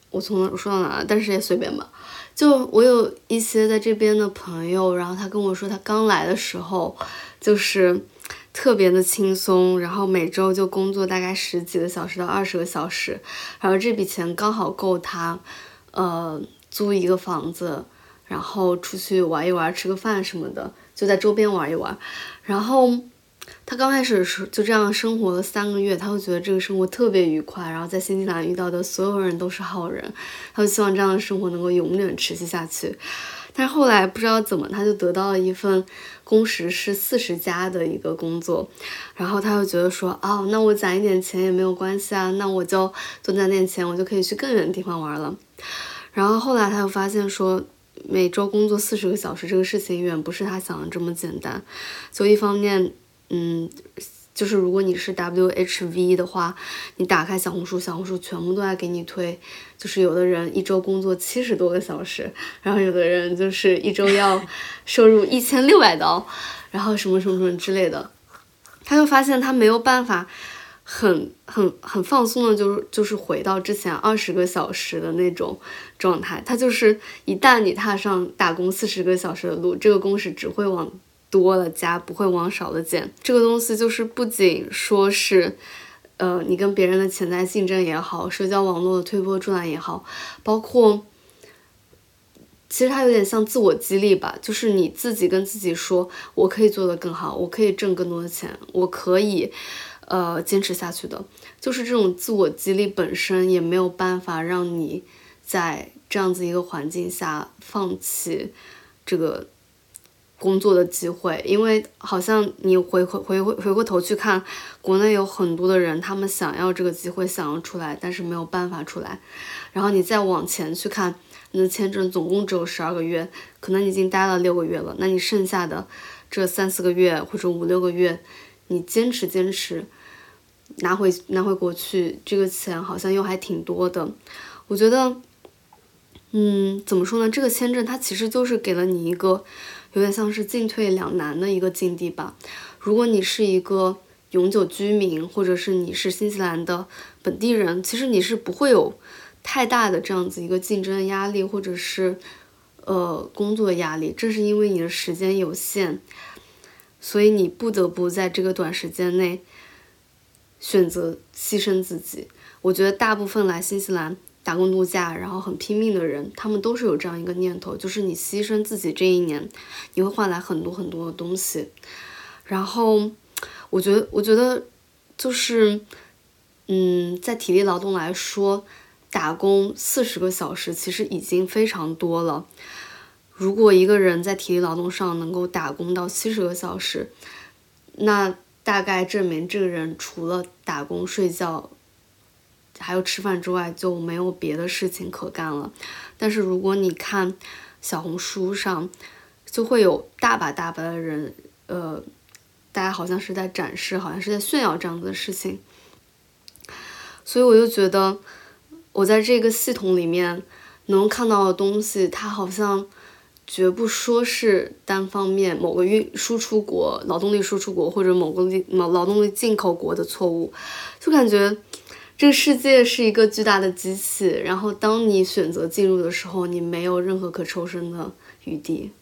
我从哪说到哪，但是也随便吧。就我有一些在这边的朋友，然后他跟我说，他刚来的时候就是特别的轻松，然后每周就工作大概十几个小时到二十个小时，然后这笔钱刚好够他，呃，租一个房子，然后出去玩一玩，吃个饭什么的，就在周边玩一玩。然后他刚开始是就这样生活了三个月，他会觉得这个生活特别愉快，然后在新西兰遇到的所有人都是好人，他就希望这样的生活能够永远持续下去。但是后来不知道怎么，他就得到了一份工时是四十加的一个工作，然后他就觉得说，哦，那我攒一点钱也没有关系啊，那我就多攒点钱，我就可以去更远的地方玩了。然后后来他又发现说，每周工作四十个小时这个事情远不是他想的这么简单。就一方面，嗯，就是如果你是 W H V 的话，你打开小红书，小红书全部都在给你推，就是有的人一周工作七十多个小时，然后有的人就是一周要收入一千六百刀，然后什么什么什么之类的。他就发现他没有办法很很很放松的，就是就是回到之前二十个小时的那种状态。他就是一旦你踏上打工四十个小时的路，这个工时只会往多了加，不会往少了减。这个东西就是不仅说是呃你跟别人的潜在竞争也好，社交网络的推波助澜也好，包括其实它有点像自我激励吧，就是你自己跟自己说，我可以做得更好，我可以挣更多的钱，我可以呃坚持下去的。就是这种自我激励本身也没有办法让你在这样子一个环境下放弃这个工作的机会，因为好像你回回回回过头去看，国内有很多的人，他们想要这个机会，想要出来，但是没有办法出来。然后你再往前去看，你的签证总共只有十二个月，可能你已经待了六个月了，那你剩下的这三四个月或者五六个月，你坚持坚持拿回拿回国去，这个钱好像又还挺多的。我觉得嗯怎么说呢，这个签证它其实就是给了你一个有点像是进退两难的一个境地吧。如果你是一个永久居民，或者是你是新西兰的本地人，其实你是不会有太大的这样子一个竞争压力，或者是呃工作压力。正是因为你的时间有限，所以你不得不在这个短时间内选择牺牲自己。我觉得大部分来新西兰打工度假然后很拼命的人，他们都是有这样一个念头，就是你牺牲自己这一年，你会换来很多很多的东西。然后我觉得我觉得就是嗯在体力劳动来说，打工四十个小时其实已经非常多了。如果一个人在体力劳动上能够打工到七十个小时，那大概证明这个人除了打工睡觉还有吃饭之外就没有别的事情可干了。但是如果你看小红书上，就会有大把大把的人呃，大家好像是在展示，好像是在炫耀这样子的事情。所以我就觉得我在这个系统里面能看到的东西，它好像绝不说是单方面某个运输出国劳动力输出国或者某个劳动力进口国的错误，就感觉这个世界是一个巨大的机器，然后当你选择进入的时候，你没有任何可抽身的余地。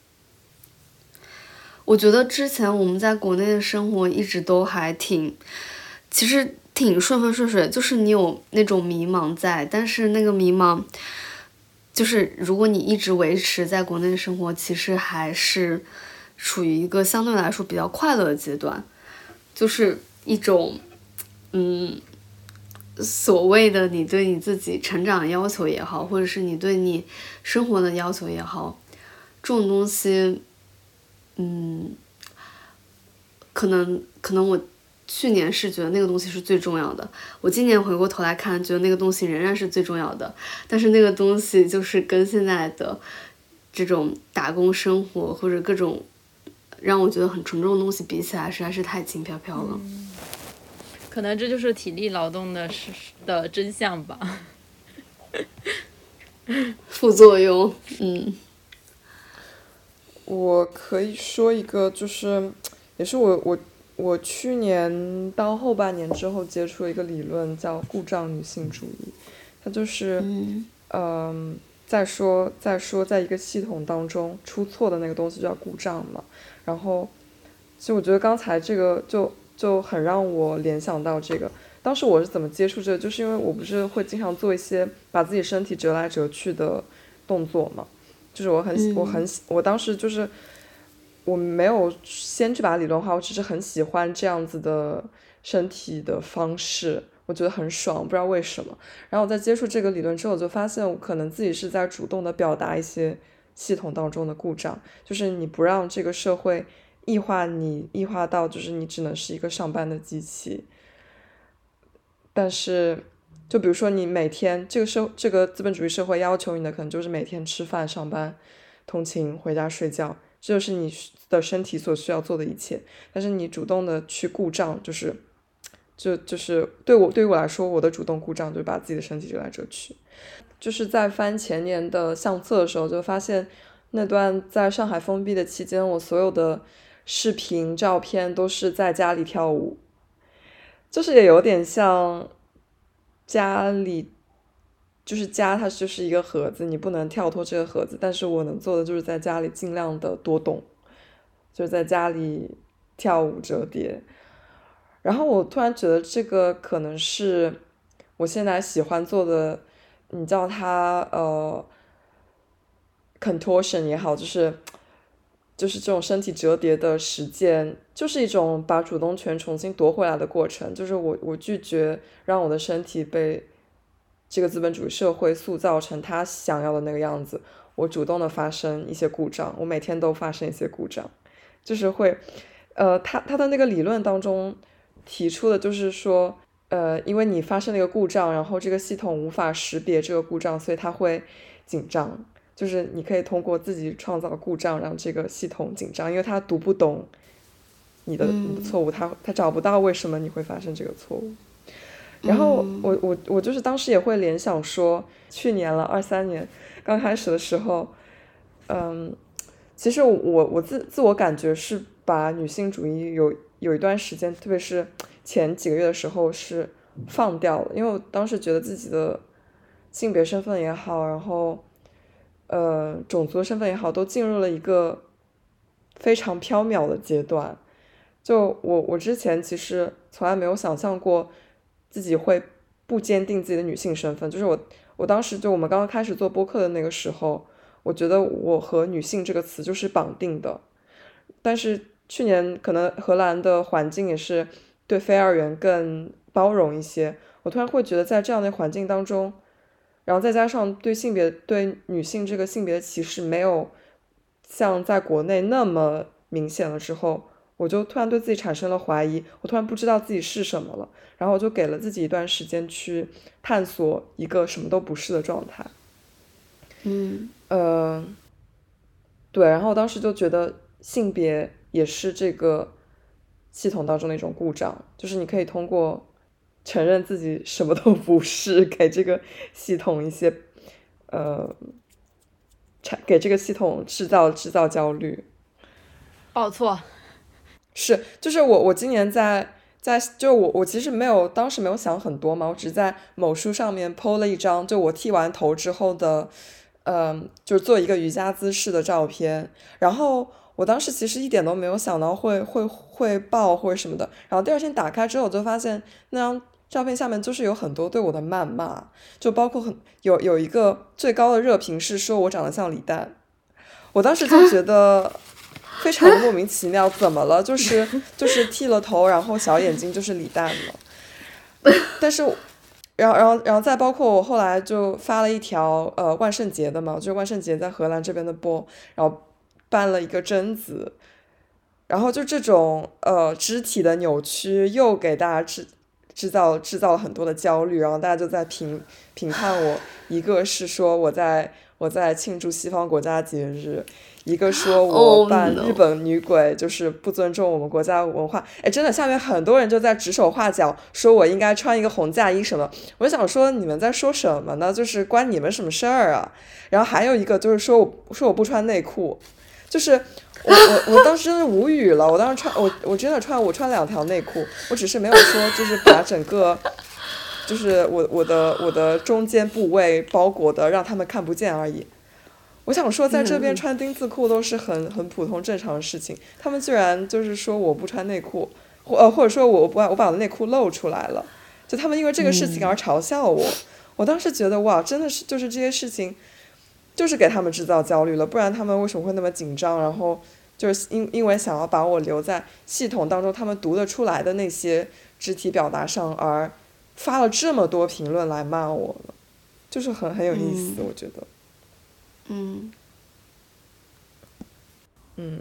我觉得之前我们在国内的生活一直都还挺其实挺顺风顺水，就是你有那种迷茫在，但是那个迷茫就是如果你一直维持在国内的生活，其实还是处于一个相对来说比较快乐的阶段，就是一种嗯所谓的你对你自己成长的要求也好，或者是你对你生活的要求也好，这种东西嗯可能可能我去年是觉得那个东西是最重要的，我今年回过头来看觉得那个东西仍然是最重要的，但是那个东西就是跟现在的这种打工生活或者各种让我觉得很沉重的东西比起来，实在是太轻飘飘了、 嗯、可能这就是体力劳动的的真相吧副作用。嗯， 我可以说一个，就是也是我我我去年到后半年之后接触了一个理论，叫故障女性主义。 它就是嗯嗯、呃，在说在说在一个系统当中出错的那个东西就叫故障嘛。然后其实我觉得刚才这个就就很让我联想到这个，当时我是怎么接触这个，就是因为我不是会经常做一些把自己身体折来折去的动作嘛，就是我很、嗯、我很我当时就是我没有先去把它理论化，我只是很喜欢这样子的身体的方式，我觉得很爽，不知道为什么。然后我在接触这个理论之后，我就发现我可能自己是在主动的表达一些系统当中的故障，就是你不让这个社会异化你，异化到就是你只能是一个上班的机器。但是就比如说你每天这个社这个资本主义社会要求你的可能就是每天吃饭上班通勤回家睡觉，这就是你的身体所需要做的一切。但是你主动的去故障，就是就就是对我对于我来说，我的主动故障就是把自己的身体折来折去。就是在翻前年的相册的时候，就发现那段在上海封闭的期间，我所有的视频照片都是在家里跳舞，就是也有点像家里，就是家它就是一个盒子，你不能跳脱这个盒子，但是我能做的就是在家里尽量的多动，就是在家里跳舞折叠。然后我突然觉得这个可能是我现在喜欢做的，你叫它呃 contortion 也好，就是就是这种身体折叠的实践，就是一种把主动权重新夺回来的过程。就是我我拒绝让我的身体被这个资本主义社会塑造成他想要的那个样子，我主动的发生一些故障，我每天都发生一些故障，就是会呃他他的那个理论当中提出的就是说呃因为你发生了一个故障，然后这个系统无法识别这个故障，所以它会紧张，就是你可以通过自己创造故障让这个系统紧张，因为它读不懂你的、嗯、你的错误，它它找不到为什么你会发生这个错误。然后我我我就是当时也会联想说，去年了二三年刚开始的时候，嗯，其实我我自自我感觉是把女性主义有有一段时间，特别是前几个月的时候是放掉了，因为我当时觉得自己的性别身份也好，然后呃种族身份也好，都进入了一个非常缥缈的阶段。就我我之前其实从来没有想象过自己会不坚定自己的女性身份，就是我我当时就我们刚刚开始做播客的那个时候，我觉得我和女性这个词就是绑定的。但是去年可能荷兰的环境也是对非二元更包容一些，我突然会觉得在这样的环境当中，然后再加上对性别对女性这个性别的歧视没有像在国内那么明显了之后，我就突然对自己产生了怀疑，我突然不知道自己是什么了，然后我就给了自己一段时间去探索一个什么都不是的状态。 嗯呃，对，然后我当时就觉得性别也是这个系统当中的一种故障，就是你可以通过承认自己什么都不是，给这个系统一些呃，给这个系统制造制造焦虑。 报错。 是，就是我我今年在在就我我其实没有当时没有想很多嘛，我只是在某书上面 po 了一张就我剃完头之后的嗯，就是做一个瑜伽姿势的照片，然后我当时其实一点都没有想到会会会爆或者什么的，然后第二天打开之后我就发现那张照片下面就是有很多对我的谩骂，就包括很有有一个最高的热评是说我长得像李诞，我当时就觉得非常的莫名其妙，怎么了？就是就是剃了头，然后小眼睛就是李诞了。但是，然后然后然后再包括我后来就发了一条呃万圣节的嘛，就是万圣节在荷兰这边的播，然后办了一个贞子，然后就这种呃肢体的扭曲又给大家制制造制造了很多的焦虑，然后大家就在评评判我，一个是说我在我在庆祝西方国家节日。一个说我扮日本女鬼就是不尊重我们国家文化，哎，真的下面很多人就在指手画脚，说我应该穿一个红嫁衣什么，我就想说你们在说什么呢？就是关你们什么事儿啊？然后还有一个就是说我说我不穿内裤，就是我我我当时真的无语了，我当时穿我我真的穿我穿两条内裤，我只是没有说就是把整个就是我我的我的中间部位包裹的让他们看不见而已。我想说在这边穿丁字裤都是很很普通正常的事情，他们居然就是说我不穿内裤，或呃或者说我不我把我的内裤露出来了，就他们因为这个事情而嘲笑我。嗯、我当时觉得哇，真的是就是这些事情就是给他们制造焦虑了，不然他们为什么会那么紧张，然后就是因因为想要把我留在系统当中他们读得出来的那些肢体表达上而发了这么多评论来骂我了，就是很很有意思、嗯、我觉得嗯嗯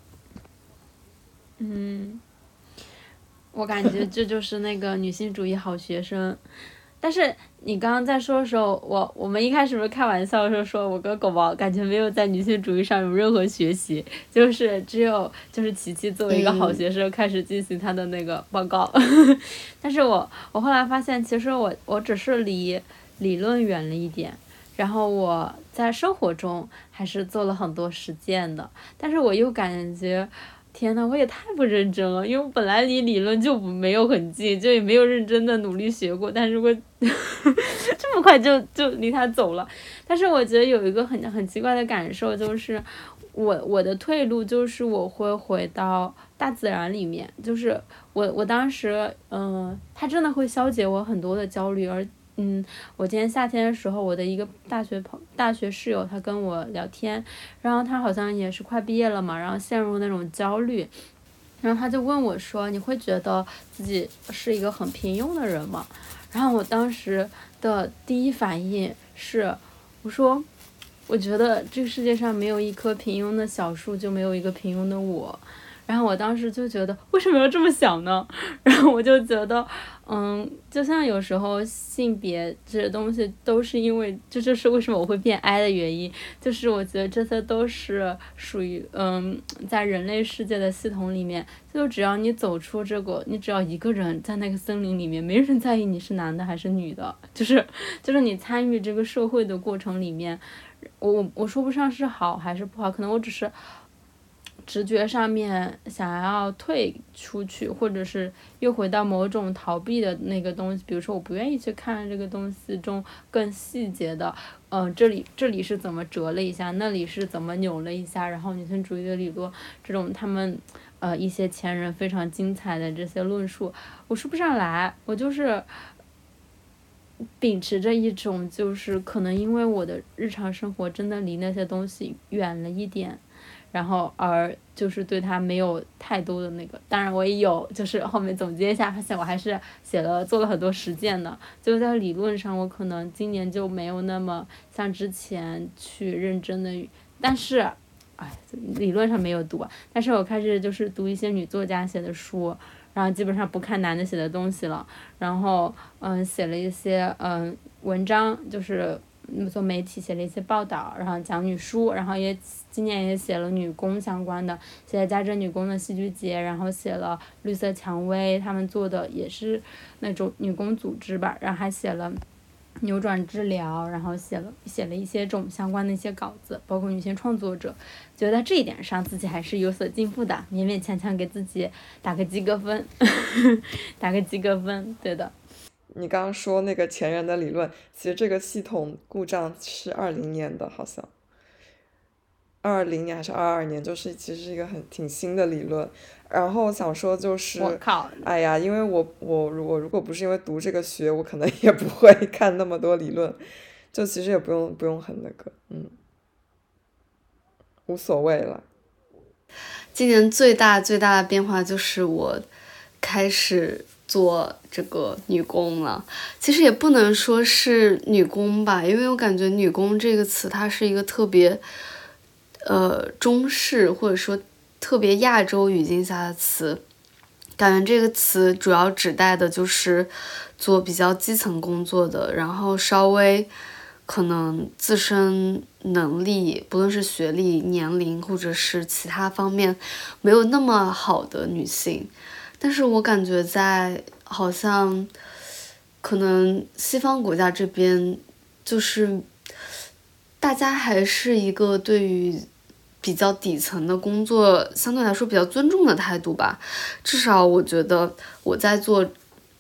嗯，我感觉这就是那个女性主义好学生。但是你刚刚在说的时候，我我们一开始不是开玩笑的时候说我跟狗毛感觉没有在女性主义上有任何学习，就是只有就是琪琪作为一个好学生开始进行她的那个报告、嗯、但是我我后来发现其实我我只是离理论远了一点，然后我在生活中还是做了很多实践的，但是我又感觉天呐，我也太不认真了，因为我本来离理论就没有很近，就也没有认真的努力学过，但是我这么快就就离他走了。但是我觉得有一个很很奇怪的感受，就是我我的退路就是我会回到大自然里面，就是我我当时嗯、呃，他真的会消解我很多的焦虑，而嗯，我今年夏天的时候，我的一个大学朋大学室友，他跟我聊天，然后他好像也是快毕业了嘛，然后陷入那种焦虑，然后他就问我说：“你会觉得自己是一个很平庸的人吗？”然后我当时的第一反应是，我说：“我觉得这个世界上没有一棵平庸的小树，就没有一个平庸的我。”然后我当时就觉得为什么要这么想呢？然后我就觉得嗯，就像有时候性别这些东西都是因为这就是为什么我会变 I 的原因，就是我觉得这些都是属于嗯在人类世界的系统里面，就只要你走出这个，你只要一个人在那个森林里面，没人在意你是男的还是女的，就是就是你参与这个社会的过程里面，我我说不上是好还是不好，可能我只是直觉上面想要退出去，或者是又回到某种逃避的那个东西，比如说我不愿意去看这个东西中更细节的嗯、呃，这里这里是怎么折了一下，那里是怎么扭了一下，然后女性主义的理论这种他们呃一些前人非常精彩的这些论述我说不上来，我就是秉持着一种就是可能因为我的日常生活真的离那些东西远了一点，然后而就是对他没有太多的那个，当然我也有就是后面总结一下发现我还是写了做了很多实践的，就在理论上我可能今年就没有那么像之前去认真的，但是哎理论上没有读，但是我开始就是读一些女作家写的书，然后基本上不看男的写的东西了，然后嗯写了一些嗯文章，就是做媒体写了一些报道，然后讲女书，然后也今年也写了女工相关的，写了家政女工的戏剧节，然后写了绿色蔷薇他们做的也是那种女工组织吧，然后还写了扭转治疗，然后写了写了一些这种相关的一些稿子，包括女性创作者，觉得在这一点上自己还是有所进步的，勉勉强强给自己打个及格分打个及格分，对的。 你刚刚说那个前人的理论，其实这个系统故障是二零年的，好像二零年还是二二年，就是其实是一个很挺新的理论。然后想说就是， 我靠， 哎呀，因为我我如果如果不是因为读这个学，我可能也不会看那么多理论，就其实也不用不用很那个，嗯，无所谓了。 今年最大最大的变化就是我开始做这个女工了，其实也不能说是女工吧，因为我感觉女工这个词它是一个特别呃中式或者说特别亚洲语境下的词，感觉这个词主要指代的就是做比较基层工作的，然后稍微可能自身能力不论是学历年龄或者是其他方面没有那么好的女性，但是我感觉在好像可能西方国家这边就是大家还是一个对于比较底层的工作相对来说比较尊重的态度吧，至少我觉得我在做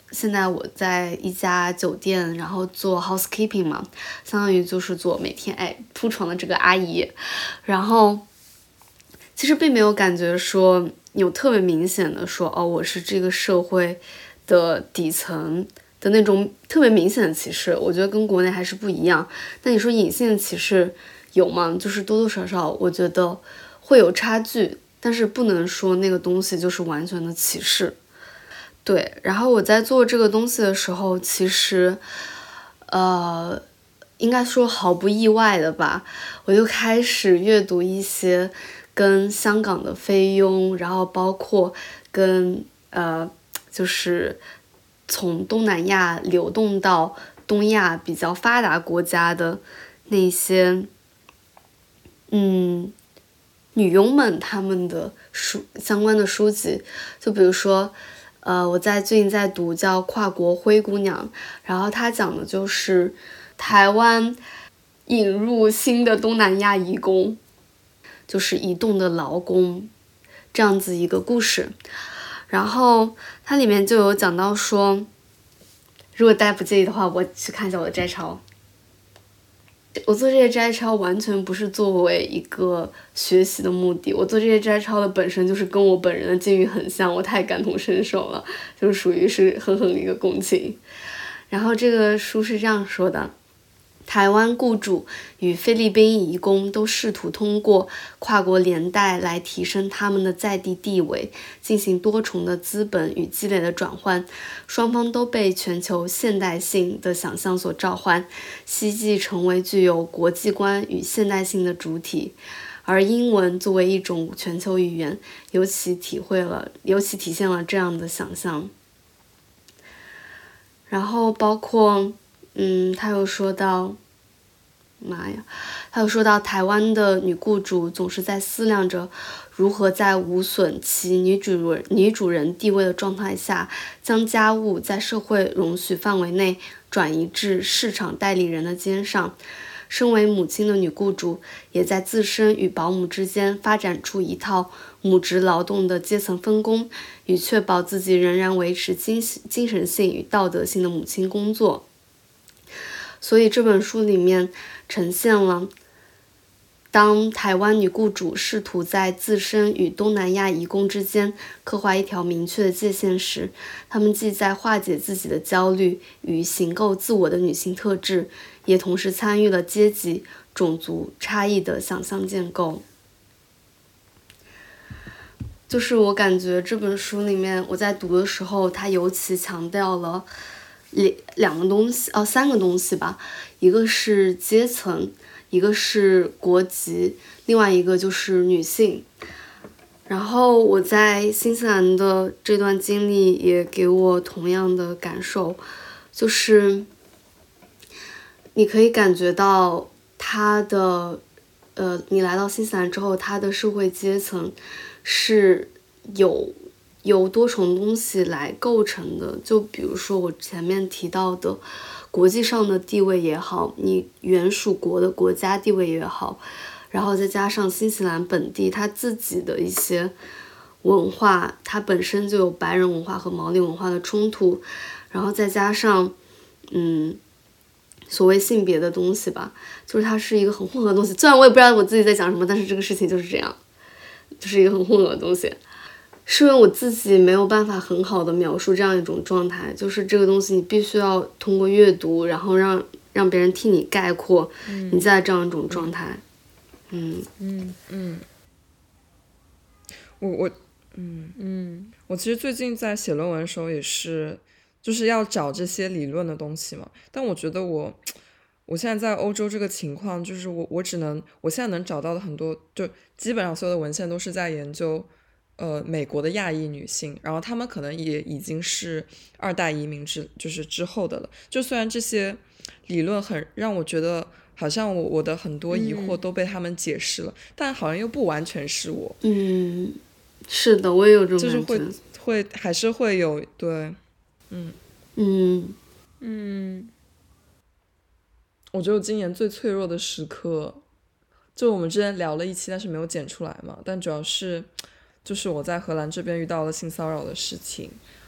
现在我在一家酒店，然后做 housekeeping 嘛，相当于就是做每天哎铺床的这个阿姨，然后其实并没有感觉说有特别明显的说哦我是这个社会的底层的那种特别明显的歧视，我觉得跟国内还是不一样。但你说隐性的歧视有吗？就是多多少少我觉得会有差距，但是不能说那个东西就是完全的歧视。对，然后我在做这个东西的时候，其实呃应该说毫不意外的吧，我就开始阅读一些跟香港的菲佣，然后包括跟呃就是从东南亚流动到东亚比较发达国家的那些嗯女佣们他们的书相关的书籍，就比如说呃我在最近在读叫跨国灰姑娘，然后它讲的就是台湾引入新的东南亚移工，就是移动的劳工这样子一个故事。然后它里面就有讲到说，如果大家不介意的话，我去看一下我的摘抄。我做这些摘抄完全不是作为一个学习的目的，我做这些摘抄的本身就是跟我本人的境遇很像，我太感同身受了，就是属于是狠狠的一个共情。然后这个书是这样说的，台湾雇主与菲律宾移工都试图通过跨国连带来提升他们的在地地位，进行多重的资本与积累的转换，双方都被全球现代性的想象所召唤，希冀成为具有国际观与现代性的主体。而英文作为一种全球语言，尤其体会了，尤其体现了这样的想象。然后包括嗯，他又说到妈呀，他又说到台湾的女雇主总是在思量着如何在无损其女主人女主人地位的状态下，将家务在社会容许范围内转移至市场代理人的肩上。身为母亲的女雇主也在自身与保姆之间发展出一套母职劳动的阶层分工，以确保自己仍然维持精精神性与道德性的母亲工作。所以这本书里面呈现了当台湾女雇主试图在自身与东南亚移工之间刻画一条明确的界限时，她们既在化解自己的焦虑与形构自我的女性特质，也同时参与了阶级、种族差异的想象建构。就是我感觉这本书里面，我在读的时候，它尤其强调了两两个东西，哦，三个东西吧，一个是阶层，一个是国籍，另外一个就是女性。然后我在新西兰的这段经历也给我同样的感受，就是你可以感觉到他的呃，你来到新西兰之后，他的社会阶层是有由多重东西来构成的。就比如说我前面提到的国际上的地位也好，你原属国的国家地位也好，然后再加上新西兰本地它自己的一些文化，它本身就有白人文化和毛利文化的冲突，然后再加上嗯所谓性别的东西吧，就是它是一个很混合的东西。虽然我也不知道我自己在讲什么，但是这个事情就是这样，就是一个很混合的东西。是因为我自己没有办法很好的描述这样一种状态，就是这个东西你必须要通过阅读，然后让让别人替你概括你在这样一种状态。嗯嗯嗯，我我嗯嗯，我其实最近在写论文的时候也是，就是要找这些理论的东西嘛。但我觉得我我现在在欧洲这个情况，就是我我只能我现在能找到的很多，就基本上所有的文献都是在研究呃美国的亚裔女性，然后她们可能也已经是二代移民之就是之后的了。就虽然这些理论很让我觉得好像我我的很多疑惑都被他们解释了，嗯、但好像又不完全是我。 嗯，是的，我也有这种感觉， 就是会会还是会有对，嗯嗯嗯， 我觉得我今年最脆弱的时刻，就我们之前聊了一期，但是没有剪出来嘛。但主要是就是我在荷兰这边遇到了性骚扰的事情，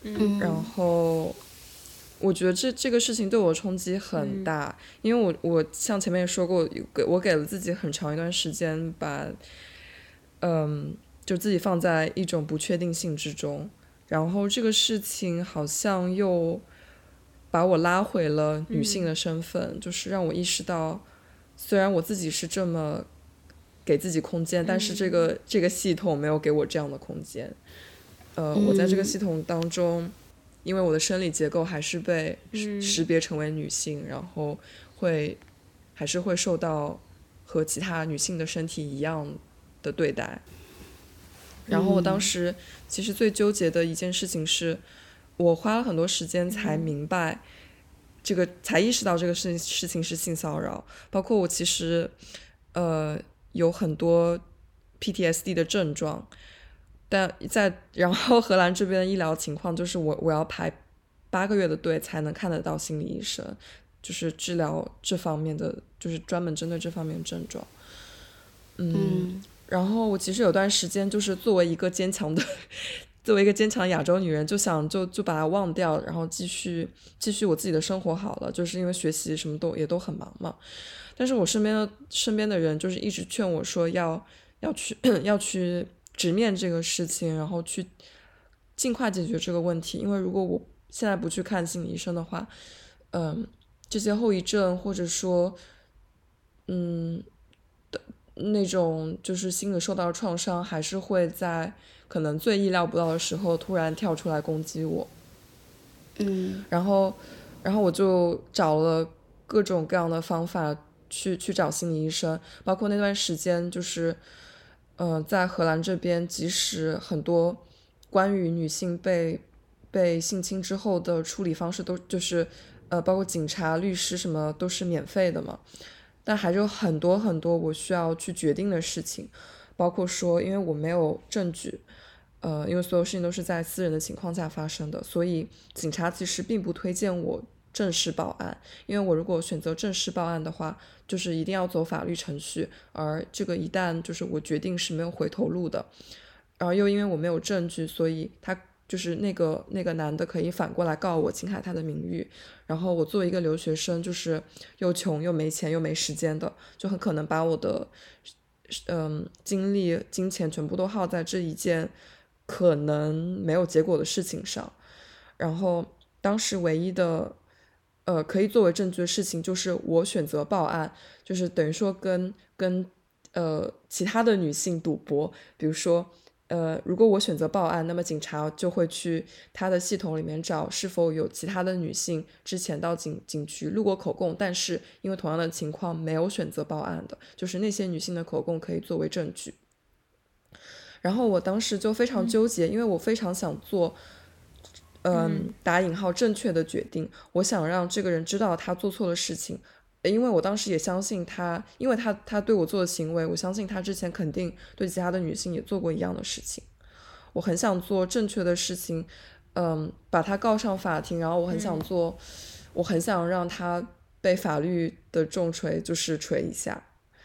嗯， 然后我觉得这这个事情对我冲击很大，嗯、因为我我像前面也说过，给我给了自己很长一段时间把，嗯，就自己放在一种不确定性之中，然后这个事情好像又把我拉回了女性的身份，嗯、就是让我意识到，虽然我自己是这么给自己空间，但是这个、嗯、这个系统没有给我这样的空间。呃，我在这个系统当中，因为我的生理结构还是被识别成为女性，然后会还是会受到和其他女性的身体一样的对待。然后我当时其实最纠结的一件事情是，我花了很多时间才明白这个，才意识到这个事事情是性骚扰，包括我其实呃有很多 P T S D 的症状。但在然后荷兰这边的医疗情况就是我我要排八个月的队才能看得到心理医生，就是治疗这方面的，就是专门针对这方面的症状。嗯，嗯然后我其实有段时间就是作为一个坚强的，作为一个坚强亚洲女人，就想就就把它忘掉，然后继续继续我自己的生活好了，就是因为学习什么都也都很忙嘛。但是我身边的身边的人就是一直劝我说要要去要去。直面这个事情，然后去尽快解决这个问题，因为如果我现在不去看心理医生的话，嗯，这些后遗症或者说嗯的那种就是心理受到的创伤还是会在可能最意料不到的时候突然跳出来攻击我。 嗯， 然后然后我就找了各种各样的方法去去找心理医生，包括那段时间就是呃，在荷兰这边，即使很多关于女性被被性侵之后的处理方式都就是呃，包括警察、律师什么都是免费的嘛，但还是有很多很多我需要去决定的事情，包括说，因为我没有证据，呃，因为所有事情都是在私人的情况下发生的，所以警察其实并不推荐我正式报案，因为我如果选择正式报案的话，就是一定要走法律程序，而这个一旦就是我决定是没有回头路的，然后又因为我没有证据，所以他就是那个那个男的可以反过来告我侵害他的名誉，然后我作为一个留学生，就是又穷又没钱又没时间的，就很可能把我的嗯精力金钱全部都耗在这一件可能没有结果的事情上。然后当时唯一的呃，可以作为证据的事情就是我选择报案，就是等于说跟跟呃其他的女性赌博，比如说呃，如果我选择报案，那么警察就会去他的系统里面找是否有其他的女性之前到警警局录过口供，但是因为同样的情况没有选择报案的，就是那些女性的口供可以作为证据。然后我当时就非常纠结，嗯、因为我非常想做嗯，打引号正确的决定，我想让这个人知道他做错了事情，因为我当时也相信他，因为他他对我做的行为，我相信他之前肯定对其他的女性也做过一样的事情。我很想做正确的事情，嗯，把他告上法庭，然后我很想做，嗯、我很想让他被法律的重锤就是锤一下。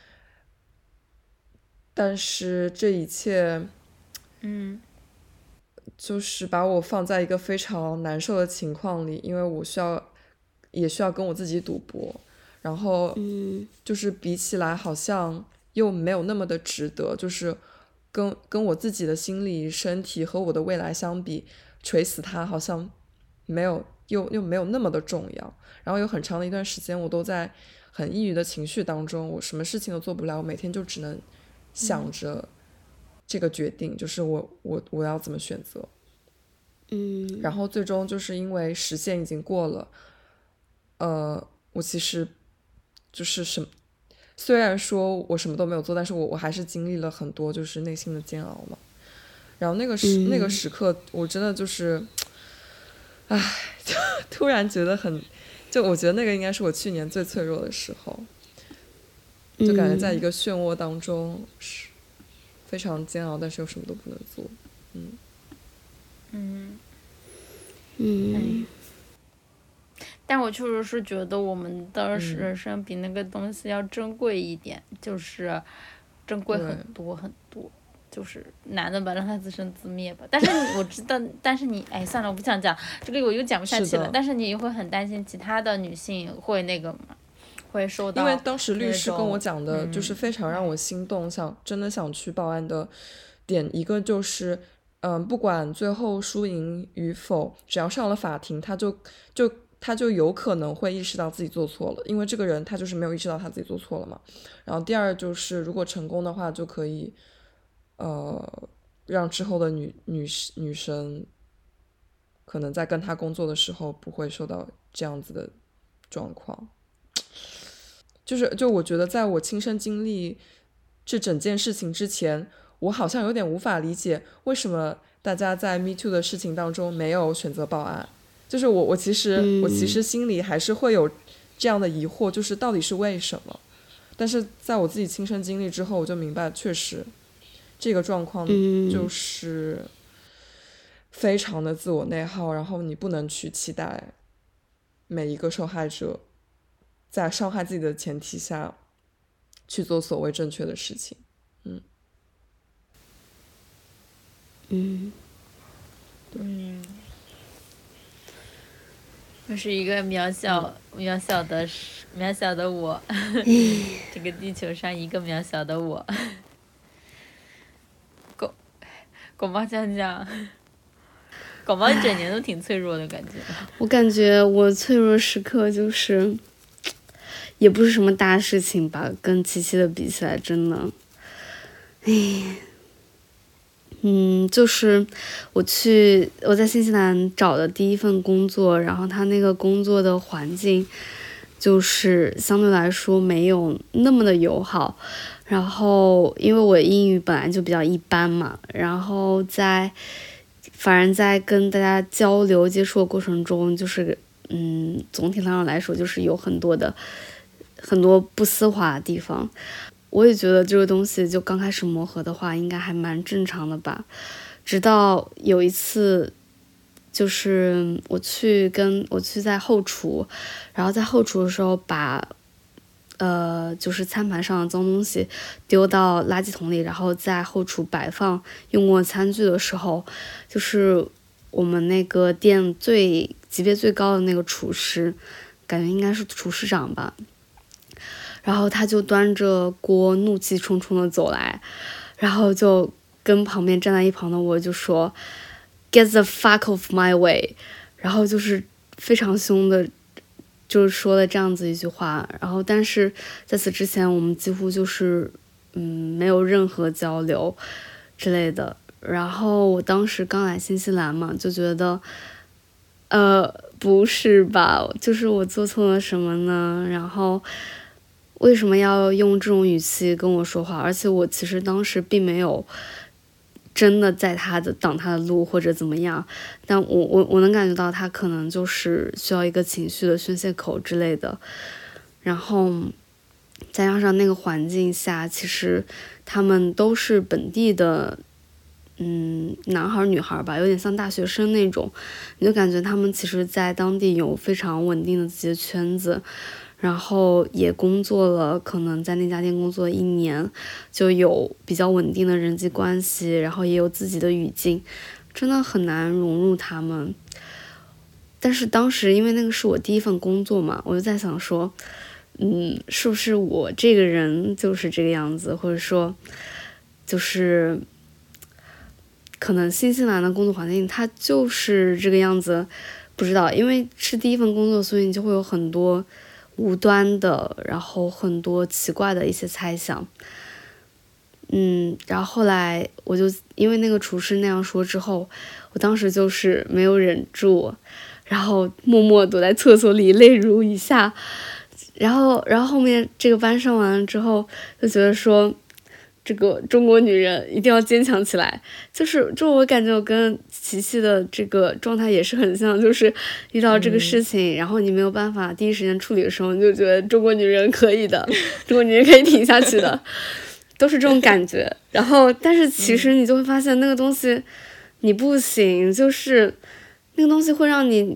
但是这一切， 嗯。 就是把我放在一个非常难受的情况里，因为我需要也需要跟我自己赌博，然后就是比起来好像又没有那么的值得，就是跟跟我自己的心理身体和我的未来相比，锤死他好像没有又又没有那么的重要。然后有很长的一段时间我都在很抑郁的情绪当中，我什么事情都做不了，我每天就只能想着这个决定，就是我我我要怎么选择。 嗯， 然后最终就是因为时限已经过了，呃，我其实就是什么，虽然说我什么都没有做，但是我我还是经历了很多就是内心的煎熬嘛。然后那个时、嗯、那个时刻，我真的就是，唉，就突然觉得很，就我觉得那个应该是我去年最脆弱的时候，就感觉在一个漩涡当中，是非常煎熬，但是又什么都不能做，嗯。 嗯嗯， 但我确实是觉得我们的人生比那个东西要珍贵一点，嗯、就是珍贵很多很多。 就是男的吧，让他自生自灭吧。但是我知道，但是你哎算了，我不想讲这个，我又讲不下去了。但是你会很担心其他的女性会那个吗？会受到？ 因为当时律师跟我讲的就是非常让我心动，嗯、想真的想去报案的点，一个就是。嗯，不管最后输赢与否，只要上了法庭，他就就他就有可能会意识到自己做错了，因为这个人他就是没有意识到他自己做错了嘛。然后第二就是，如果成功的话，就可以呃让之后的女女女生可能在跟他工作的时候不会受到这样子的状况。就是就我觉得，在我亲身经历这整件事情之前。我好像有点无法理解为什么大家在 Me Too 的事情当中没有选择报案，就是我我其实、嗯、我其实心里还是会有这样的疑惑，就是到底是为什么。但是在我自己亲身经历之后，我就明白确实这个状况就是非常的自我内耗，然后你不能去期待每一个受害者在伤害自己的前提下去做所谓正确的事情。嗯嗯， 嗯，就是一个渺小、嗯、渺小的、渺小的我，这个地球上一个渺小的我。狗，狗猫讲讲，狗猫一整年都挺脆弱的感觉。 我感觉我脆弱时刻就是，也不是什么大事情吧，跟琪琪的比起来，真的，唉。嗯，就是我去我在新西兰找的第一份工作，然后他那个工作的环境就是相对来说没有那么的友好，然后因为我英语本来就比较一般嘛，然后在反而在跟大家交流接触的过程中，就是嗯，总体上来说就是有很多的很多不丝滑的地方。我也觉得这个东西就刚开始磨合的话应该还蛮正常的吧，直到有一次就是我去跟我去在后厨，然后在后厨的时候把呃就是餐盘上的脏东西丢到垃圾桶里，然后在后厨摆放用过餐具的时候，就是我们那个店最级别最高的那个厨师，感觉应该是厨师长吧，然后他就端着锅怒气冲冲的走来，然后就跟旁边站在一旁的我就说 Get the fuck off my way， 然后就是非常凶的就是说了这样子一句话。然后但是在此之前我们几乎就是嗯没有任何交流之类的。然后我当时刚来新西兰嘛，就觉得呃不是吧，就是我做错了什么呢，然后为什么要用这种语气跟我说话？而且我其实当时并没有真的在他的挡他的路或者怎么样，但我我我能感觉到他可能就是需要一个情绪的宣泄口之类的。然后再加上那个环境下，其实他们都是本地的嗯男孩女孩吧，有点像大学生那种，你就感觉他们其实在当地有非常稳定的自己的圈子，然后也工作了，可能在那家店工作一年，就有比较稳定的人际关系，然后也有自己的语境，真的很难融入他们。但是当时因为那个是我第一份工作嘛，我就在想说，嗯，是不是我这个人就是这个样子，或者说就是可能新西兰的工作环境它就是这个样子，不知道，因为是第一份工作，所以你就会有很多无端的，然后很多奇怪的一些猜想。嗯，然后后来我就因为那个厨师那样说之后，我当时就是没有忍住，然后默默躲在厕所里泪如雨下。然后然后后面这个班上完了之后，就觉得说这个中国女人一定要坚强起来，就是就我感觉我跟琪琪的这个状态也是很像，就是遇到这个事情、嗯、然后你没有办法第一时间处理的时候，你就觉得中国女人可以的，中国女人可以挺下去的，都是这种感觉。然后但是其实你就会发现那个东西你不行，就是那个东西会让你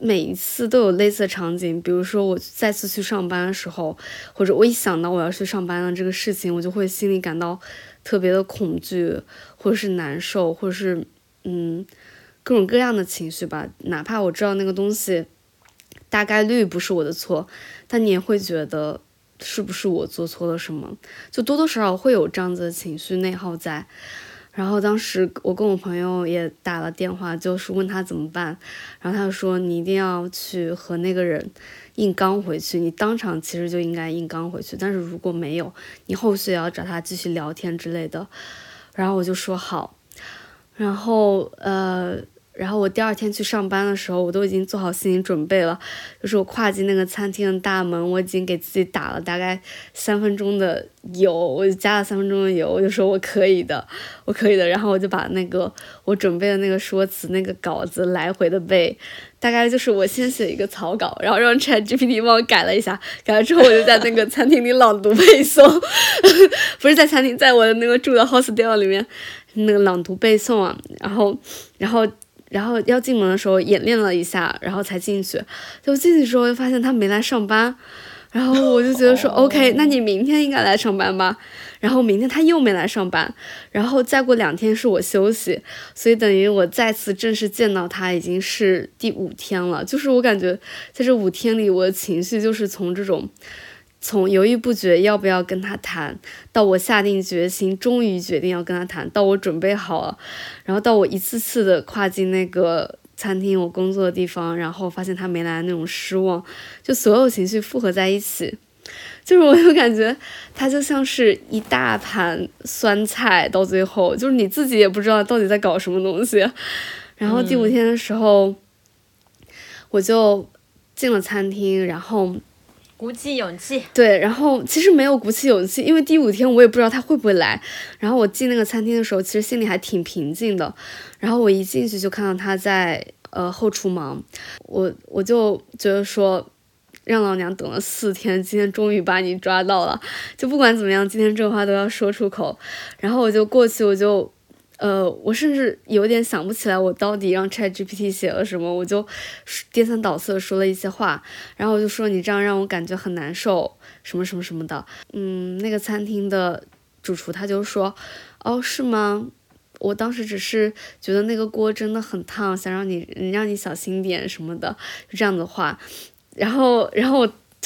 每一次都有类似的场景，比如说我再次去上班的时候，或者我一想到我要去上班的这个事情，我就会心里感到特别的恐惧，或者是难受，或者是嗯各种各样的情绪吧。哪怕我知道那个东西大概率不是我的错，但你也会觉得是不是我做错了什么，就多多少少会有这样子的情绪内耗在。然后当时我跟我朋友也打了电话，就是问他怎么办，然后他就说你一定要去和那个人硬刚回去，你当场其实就应该硬刚回去，但是如果没有，你后续也要找他继续聊天之类的。然后我就说好，然后呃然后我第二天去上班的时候，我都已经做好心理准备了，就是我跨进那个餐厅的大门，我已经给自己打了大概三分钟的油，我就加了三分钟的油，我就说我可以的，我可以的。然后我就把那个我准备的那个说辞那个稿子来回的背，大概就是我先写一个草稿，然后让 ChatGPT 帮我改了一下，改了之后我就在那个餐厅里朗读背诵不是在餐厅，在我的那个住的 hostel 里面那个朗读背诵啊，然后然后然后要进门的时候演练了一下，然后才进去。就进去之后就发现他没来上班，然后我就觉得说、oh. OK， 那你明天应该来上班吧。然后明天他又没来上班，然后再过两天是我休息，所以等于我再次正式见到他已经是第五天了。就是我感觉在这五天里，我的情绪就是从这种从犹豫不决要不要跟他谈，到我下定决心终于决定要跟他谈，到我准备好了，然后到我一次次的跨进那个餐厅我工作的地方，然后发现他没来那种失望，就所有情绪复合在一起。就是我就感觉它就像是一大盘酸菜，到最后就是你自己也不知道到底在搞什么东西。然后第五天的时候、嗯、我就进了餐厅，然后鼓起勇气， 对，然后其实没有鼓起勇气，因为第五天我也不知道他会不会来。然后我进那个餐厅的时候，其实心里还挺平静的。然后我一进去就看到他在呃后厨忙，我我就觉得说，让老娘等了四天，今天终于把你抓到了。就不管怎么样，今天这话都要说出口。然后我就过去，我就。呃，我甚至有点想不起来我到底让 ChatGPT 写了什么，我就颠三倒四的说了一些话，然后我就说你这样让我感觉很难受，什么什么什么的。嗯，那个餐厅的主厨他就说，哦，是吗？我当时只是觉得那个锅真的很烫，想让你让你小心点什么的，就这样的话。然后，然后就是。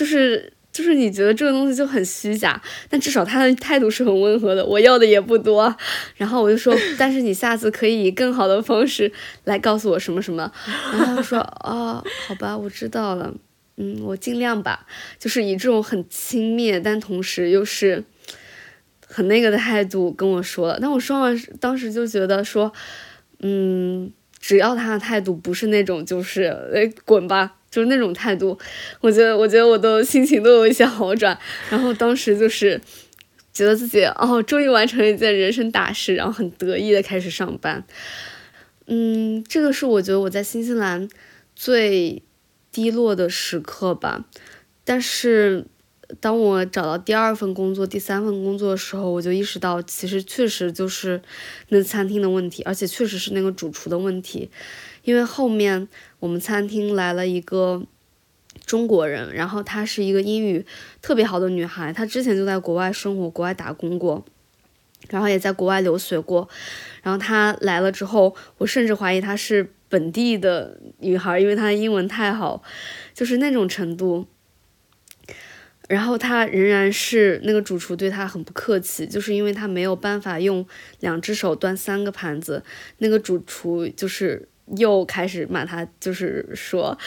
就是你觉得这个东西就很虚假，但至少他的态度是很温和的，我要的也不多。然后我就说，但是你下次可以以更好的方式来告诉我什么什么。然后他说，哦，好吧，我知道了，嗯，我尽量吧。就是以这种很轻蔑，但同时又是很那个的态度跟我说了。但我说完，当时就觉得说，嗯，只要他的态度不是那种就是哎滚吧。就是那种态度，我觉得，我觉得我都心情都有一些好转。然后当时就是觉得自己哦，终于完成了一件人生大事，然后很得意的开始上班。嗯，这个是我觉得我在新西兰最低落的时刻吧。但是当我找到第二份工作、第三份工作的时候，我就意识到，其实确实就是那餐厅的问题，而且确实是那个主厨的问题。因为后面我们餐厅来了一个中国人，然后她是一个英语特别好的女孩，她之前就在国外生活，国外打工过，然后也在国外留学过。然后她来了之后，我甚至怀疑她是本地的女孩，因为她的英文太好，就是那种程度。然后她仍然是那个主厨对她很不客气，就是因为她没有办法用两只手端三个盘子，那个主厨就是又开始骂他，就是说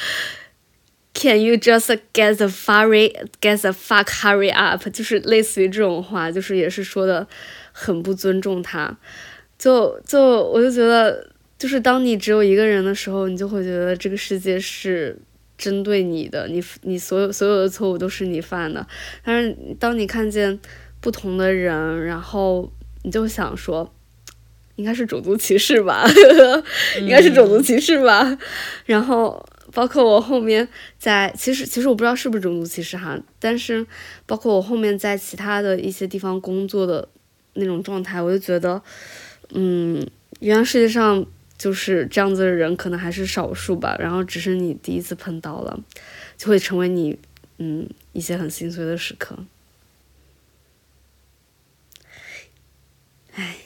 Can you just get the hurry get the fuck hurry up， 就是类似于这种话，就是也是说的很不尊重他。就就我就觉得，就是当你只有一个人的时候，你就会觉得这个世界是针对你的，你你所有所有的错误都是你犯的。但是当你看见不同的人，然后你就想说应该是种族歧视吧应该是种族歧视吧、嗯、然后包括我后面在其实其实我不知道是不是种族歧视哈，但是包括我后面在其他的一些地方工作的那种状态，我就觉得嗯，原来世界上就是这样子的人可能还是少数吧，然后只是你第一次碰到了，就会成为你嗯一些很心碎的时刻。唉，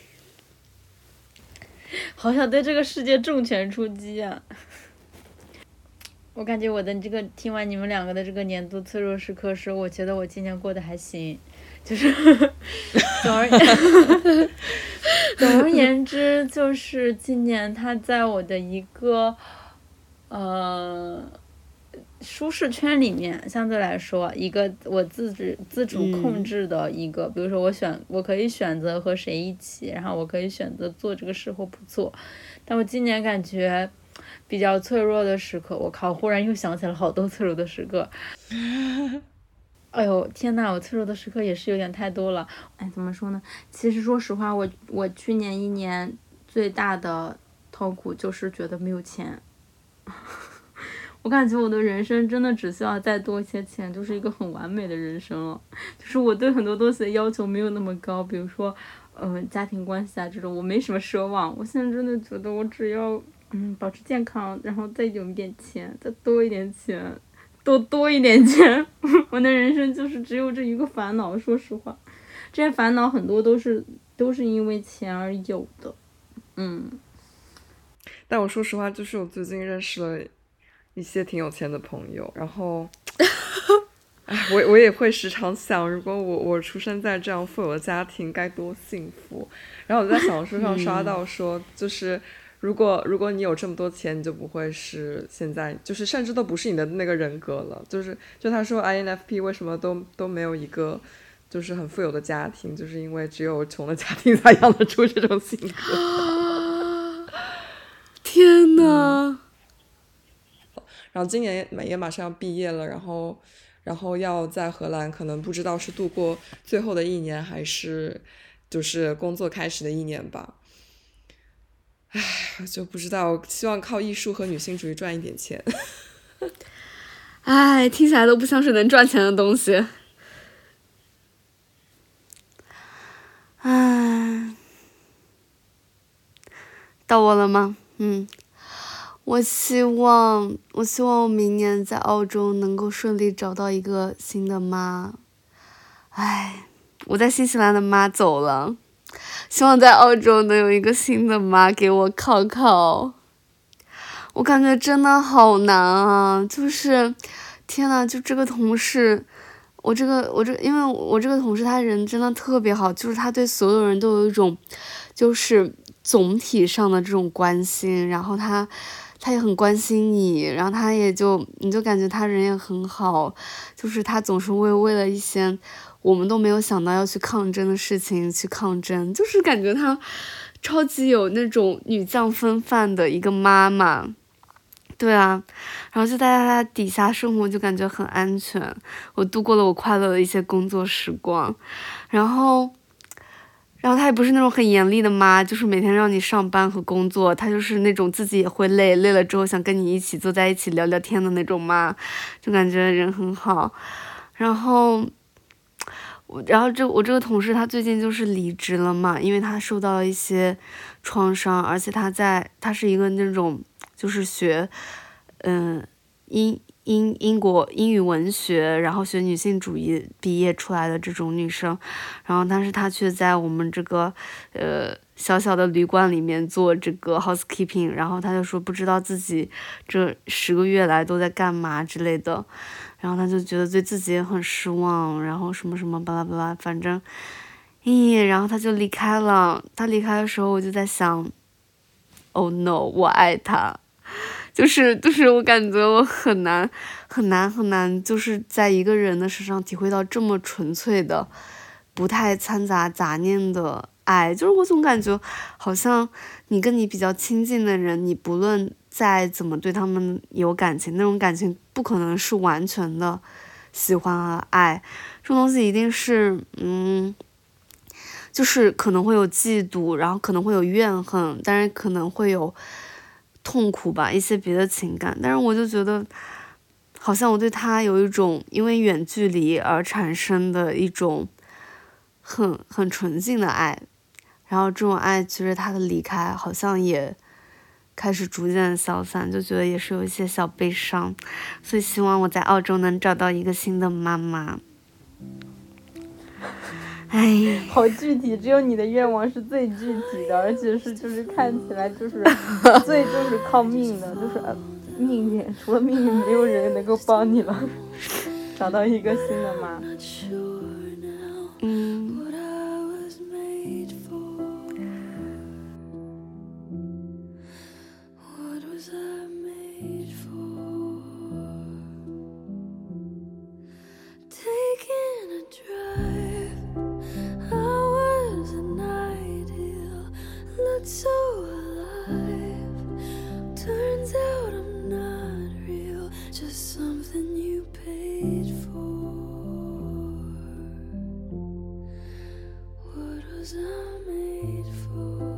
好想对这个世界重拳出击啊！我感觉我的这个听完你们两个的这个年度脆弱时刻时，我觉得我今年过得还行，就是总而总而言之，就是今年它在我的一个呃舒适圈里面，相对来说一个我自主自主控制的一个，嗯、比如说我选我可以选择和谁一起，然后我可以选择做这个事或不做，但我今年感觉比较脆弱的时刻，我靠，忽然又想起了好多脆弱的时刻。哎呦天呐，我脆弱的时刻也是有点太多了。哎，怎么说呢？其实说实话，我我去年一年最大的痛苦就是觉得没有钱。我感觉我的人生真的只需要再多一些钱，就是一个很完美的人生了。就是我对很多东西的要求没有那么高，比如说，嗯、呃，家庭关系啊这种，我没什么奢望。我现在真的觉得我只要。嗯，保持健康，然后再有一点钱，再多一点钱，多多一点钱，我的人生就是只有这一个烦恼。说实话，这些烦恼很多都是都是因为钱而有的。嗯， 但我说实话，就是我最近认识了一些挺有钱的朋友，然后，哎，我我也会时常想，如果我我出生在这样富有的家庭，该多幸福。然后我在小红书上刷到说，嗯、就是。如果如果你有这么多钱，你就不会是现在，就是甚至都不是你的那个人格了。就是就他说 I N F P 为什么都都没有一个就是很富有的家庭，就是因为只有穷的家庭才养得出这种性格。 天哪、 嗯！然后今年也马上要毕业了，然后然后要在荷兰，可能不知道是度过最后的一年，还是就是工作开始的一年吧。唉，我就不知道，希望靠艺术和女性主义赚一点钱。 唉，听起来都不像是能赚钱的东西。唉，到我了吗？嗯，我希望，我希望我明年在澳洲能够顺利找到一个新的妈。唉，我在新西兰的妈走了。希望在澳洲能有一个新的妈给我靠靠。我感觉真的好难啊！就是天呐，就这个同事，我这个我这因为我这个同事他人真的特别好，就是他对所有人都有一种就是总体上的这种关心，然后他他也很关心你，然后他也就你就感觉他人也很好，就是他总是会为了一些我们都没有想到要去抗争的事情去抗争，就是感觉她超级有那种女将风范的一个妈妈。对啊，然后就在她底下生活就感觉很安全，我度过了我快乐的一些工作时光。然后然后她也不是那种很严厉的妈，就是每天让你上班和工作，她就是那种自己也会累，累了之后想跟你一起坐在一起聊聊天的那种妈，就感觉人很好。然后然后这我这个同事他最近就是离职了嘛，因为他受到了一些创伤，而且他在他是一个那种就是学嗯、呃、英英英国英语文学，然后学女性主义毕业出来的这种女生，然后但是她却在我们这个呃小小的旅馆里面做这个 housekeeping， 然后她就说不知道自己这十个月来都在干嘛之类的。然后他就觉得对自己也很失望，然后什么什么巴拉巴拉，反正，咦，然后他就离开了。他离开的时候，我就在想 ，Oh no， 我爱他，就是就是我感觉我很难很难很难，就是在一个人的身上体会到这么纯粹的，不太掺杂杂念的爱。就是我总感觉好像你跟你比较亲近的人，你不论再怎么对他们有感情，那种感情不可能是完全的喜欢和爱，这种东西一定是嗯，就是可能会有嫉妒，然后可能会有怨恨，当然可能会有痛苦吧，一些别的情感。但是我就觉得好像我对他有一种因为远距离而产生的一种很很纯净的爱，然后这种爱随着他的离开好像也开始逐渐消散，就觉得也是有一些小悲伤，所以希望我在澳洲能找到一个新的妈妈。哎， 好具体，只有你的愿望是最具体的，而且是就是看起来就是最就是靠命的，就是呃命运，除了命运没有人能够帮你了，找到一个新的妈。 嗯。 So alive, turns out I'm not real, just something you paid for. What was I made for?